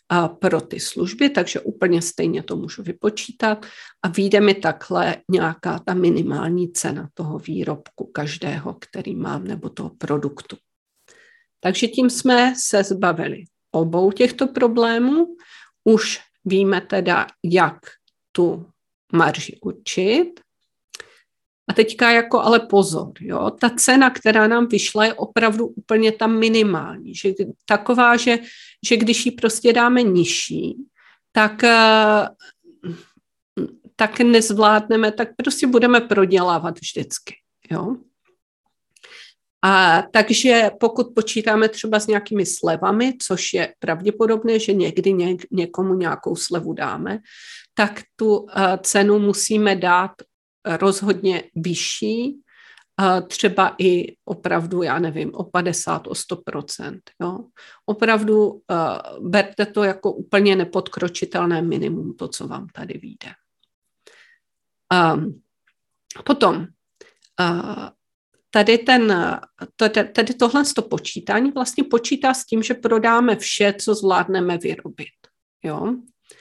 Speaker 2: a pro ty služby, takže úplně stejně to můžu vypočítat a vyjde mi takhle nějaká ta minimální cena toho výrobku každého, který mám, nebo toho produktu. Takže tím jsme se zbavili obou těchto problémů. Už víme teda, jak tu marži určit. A teďka jako ale pozor, jo, ta cena, která nám vyšla, je opravdu úplně ta minimální, že taková, že, že když ji prostě dáme nižší, tak, tak nezvládneme, tak prostě budeme prodělávat vždycky, jo. A takže pokud počítáme třeba s nějakými slevami, což je pravděpodobné, že někdy ně, někomu nějakou slevu dáme, tak tu uh, cenu musíme dát rozhodně vyšší, uh, třeba i opravdu, já nevím, o padesát, o sto procent. Jo? Opravdu uh, berte to jako úplně nepodkročitelné minimum, to, co vám tady vyjde. Um, potom uh, Tady, ten, tady tohle to počítání vlastně počítá s tím, že prodáme vše, co zvládneme vyrobit. Jo?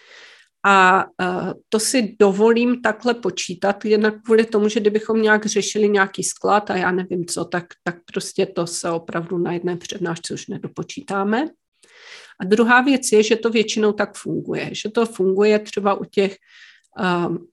Speaker 2: A to si dovolím takhle počítat, jednak kvůli tomu, že kdybychom nějak řešili nějaký sklad a já nevím co, tak, tak prostě to se opravdu na jedné přednášce už nedopočítáme. A druhá věc je, že to většinou tak funguje, že to funguje třeba u těch um,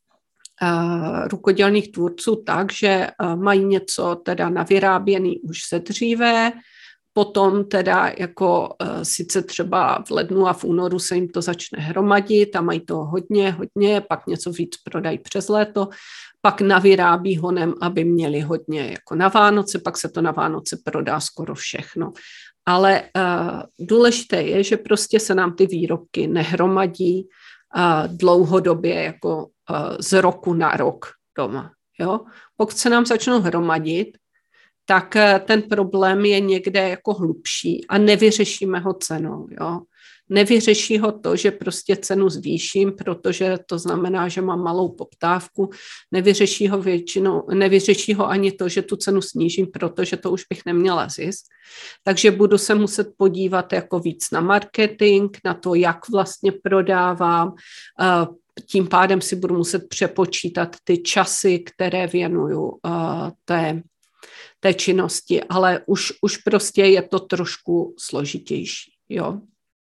Speaker 2: Uh, rukodělných tvůrců tak, že uh, mají něco teda navyráběný už ze dříve, potom teda jako uh, sice třeba v lednu a v únoru se jim to začne hromadit a mají to hodně, hodně, pak něco víc prodají přes léto, pak navyrábí honem, aby měli hodně jako na Vánoce, pak se to na Vánoce prodá skoro všechno. Ale uh, důležité je, že prostě se nám ty výrobky nehromadí uh, dlouhodobě jako z roku na rok doma. Jo? Pokud se nám začnou hromadit, tak ten problém je někde jako hlubší a nevyřešíme ho cenou. Jo? Nevyřeší ho to, že prostě cenu zvýším, protože to znamená, že mám malou poptávku. Nevyřeší ho většinou, nevyřeší ho ani to, že tu cenu snížím, protože to už bych neměla zisk. Takže budu se muset podívat jako víc na marketing, na to, jak vlastně prodávám. Tím pádem si budu muset přepočítat ty časy, které věnuju uh, té, té činnosti, ale už, už prostě je to trošku složitější. Jo?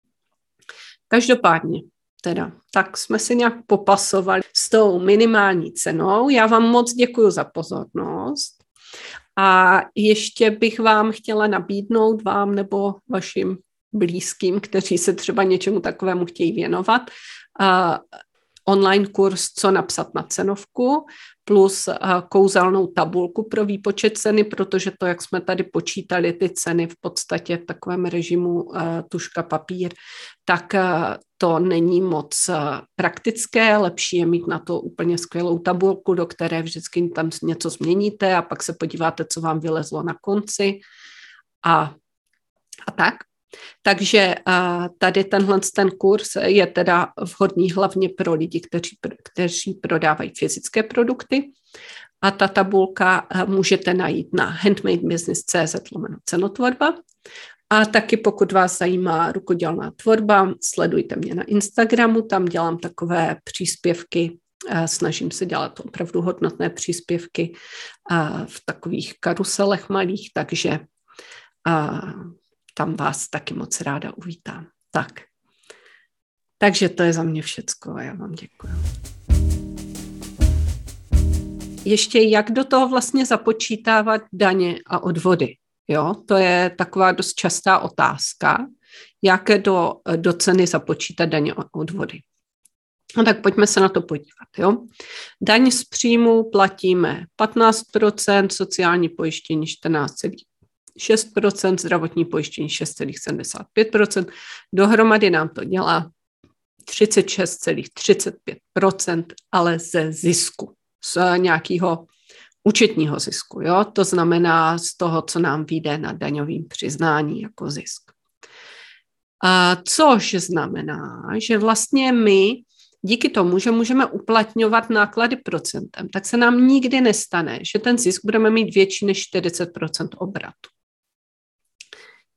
Speaker 2: Každopádně, teda, tak jsme si nějak popasovali s tou minimální cenou. Já vám moc děkuji za pozornost a ještě bych vám chtěla nabídnout vám nebo vašim blízkým, kteří se třeba něčemu takovému chtějí věnovat, uh, online kurz Co napsat na cenovku plus kouzelnou tabulku pro výpočet ceny, protože to, jak jsme tady počítali ty ceny v podstatě v takovém režimu tužka papír, tak to není moc praktické, lepší je mít na to úplně skvělou tabulku, do které vždycky tam něco změníte a pak se podíváte, co vám vylezlo na konci a, a tak. Takže tady tenhle ten kurz je teda vhodný hlavně pro lidi, kteří, kteří prodávají fyzické produkty a ta tabulka můžete najít na handmadebusiness tečka cz lomeno cenotvorba a taky pokud vás zajímá rukodělná tvorba, sledujte mě na Instagramu, tam dělám takové příspěvky, snažím se dělat opravdu hodnotné příspěvky v takových karuselech malých, takže tam vás taky moc ráda uvítám. Tak. Takže to je za mě všecko a já vám děkuji. Ještě jak do toho vlastně započítávat daně a odvody? Jo, to je taková dost častá otázka, jak do, do ceny započítat daně a odvody. No tak pojďme se na to podívat. Jo. Daň z příjmu platíme patnáct procent, sociální pojištění čtrnáct celá šest procent, zdravotní pojištění šest celá sedmdesát pět procent. Dohromady nám to dělá třicet šest celá třicet pět procent, ale ze zisku, z nějakého účetního zisku. Jo? To znamená z toho, co nám vyjde na daňovým přiznání jako zisk. A což znamená, že vlastně my díky tomu, že můžeme uplatňovat náklady procentem, tak se nám nikdy nestane, že ten zisk budeme mít větší než čtyřicet procent obratu.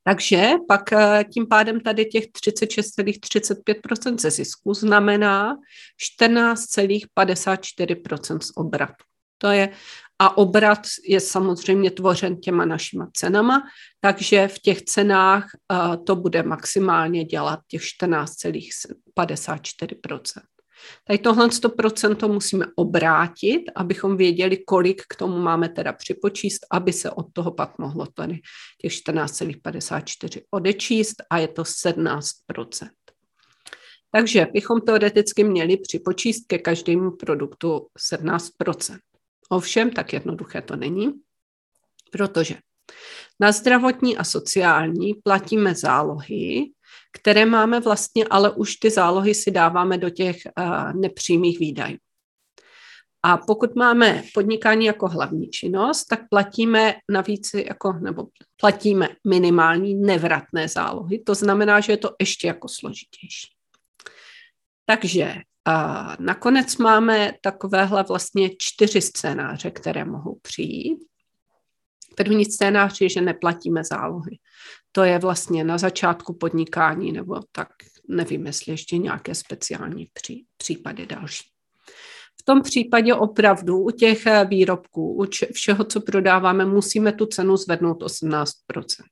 Speaker 2: Takže pak tím pádem tady těch třicet šest celá třicet pět procent ze zisku znamená čtrnáct celá padesát čtyři procent z obratu. To je, a obrat je samozřejmě tvořen těma našima cenama, takže v těch cenách to bude maximálně dělat těch čtrnáct celá padesát čtyři procent. Tady tohle sto procent to musíme obrátit, abychom věděli, kolik k tomu máme teda připočíst, aby se od toho pak mohlo tady těch čtrnáct celá padesát čtyři odečíst a je to sedmnáct procent. Takže bychom teoreticky měli připočíst ke každému produktu sedmnáct procent. Ovšem, tak jednoduché to není, protože na zdravotní a sociální platíme zálohy, které máme vlastně, ale už ty zálohy si dáváme do těch uh, nepřímých výdajů. A pokud máme podnikání jako hlavní činnost, tak platíme navíc jako, nebo platíme minimální nevratné zálohy. To znamená, že je to ještě jako složitější. Takže uh, nakonec máme takovéhle vlastně čtyři scénáře, které mohou přijít. První scénář je, že neplatíme zálohy. To je vlastně na začátku podnikání, nebo tak nevím, jestli ještě nějaké speciální pří, případy další. V tom případě opravdu u těch výrobků, u všeho, co prodáváme, musíme tu cenu zvednout osmnáct procent.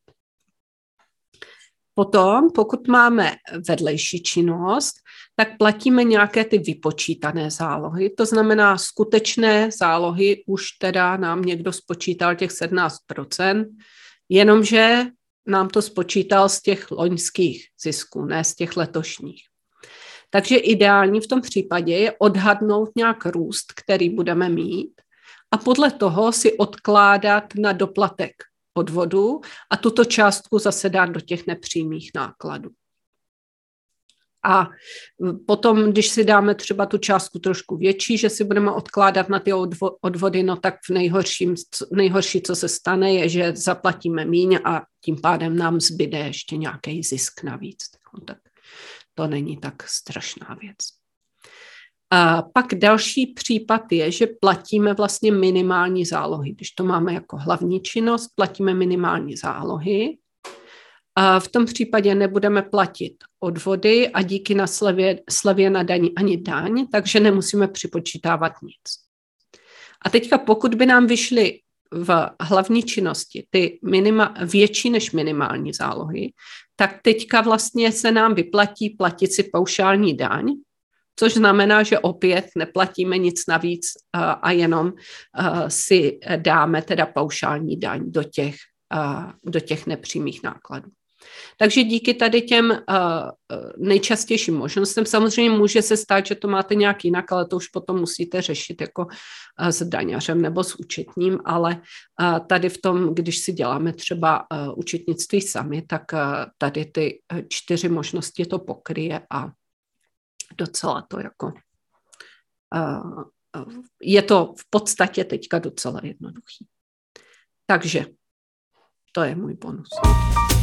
Speaker 2: Potom, pokud máme vedlejší činnost, tak platíme nějaké ty vypočítané zálohy. To znamená skutečné zálohy, už teda nám někdo spočítal těch sedmnáct procent, jenomže nám to spočítal z těch loňských zisků, ne z těch letošních. Takže ideální v tom případě je odhadnout nějak růst, který budeme mít a podle toho si odkládat na doplatek odvodu a tuto částku zase dát do těch nepřímých nákladů. A potom, když si dáme třeba tu částku trošku větší, že si budeme odkládat na ty odvody, no tak v nejhorším, nejhorší, co se stane, je, že zaplatíme míň a tím pádem nám zbyde ještě nějaký zisk navíc. No, tak to není tak strašná věc. A pak další případ je, že platíme vlastně minimální zálohy. Když to máme jako hlavní činnost, platíme minimální zálohy. A v tom případě nebudeme platit odvody a díky na slevě, slevě na daň ani daň, takže nemusíme připočítávat nic. A teďka pokud by nám vyšly v hlavní činnosti ty minima, větší než minimální zálohy, tak teďka vlastně se nám vyplatí platit si paušální daň, což znamená, že opět neplatíme nic navíc a, a jenom a, si dáme teda paušální daň do těch, a, do těch nepřímých nákladů. Takže díky tady těm uh, nejčastějším možnostem, samozřejmě může se stát, že to máte nějak jinak, ale to už potom musíte řešit jako uh, s daňařem nebo s účetním, ale uh, tady v tom, když si děláme třeba uh, účetnictví sami, tak uh, tady ty čtyři možnosti to pokryje a docela to jako uh, je to v podstatě teďka docela jednoduchý. Takže to je můj bonus.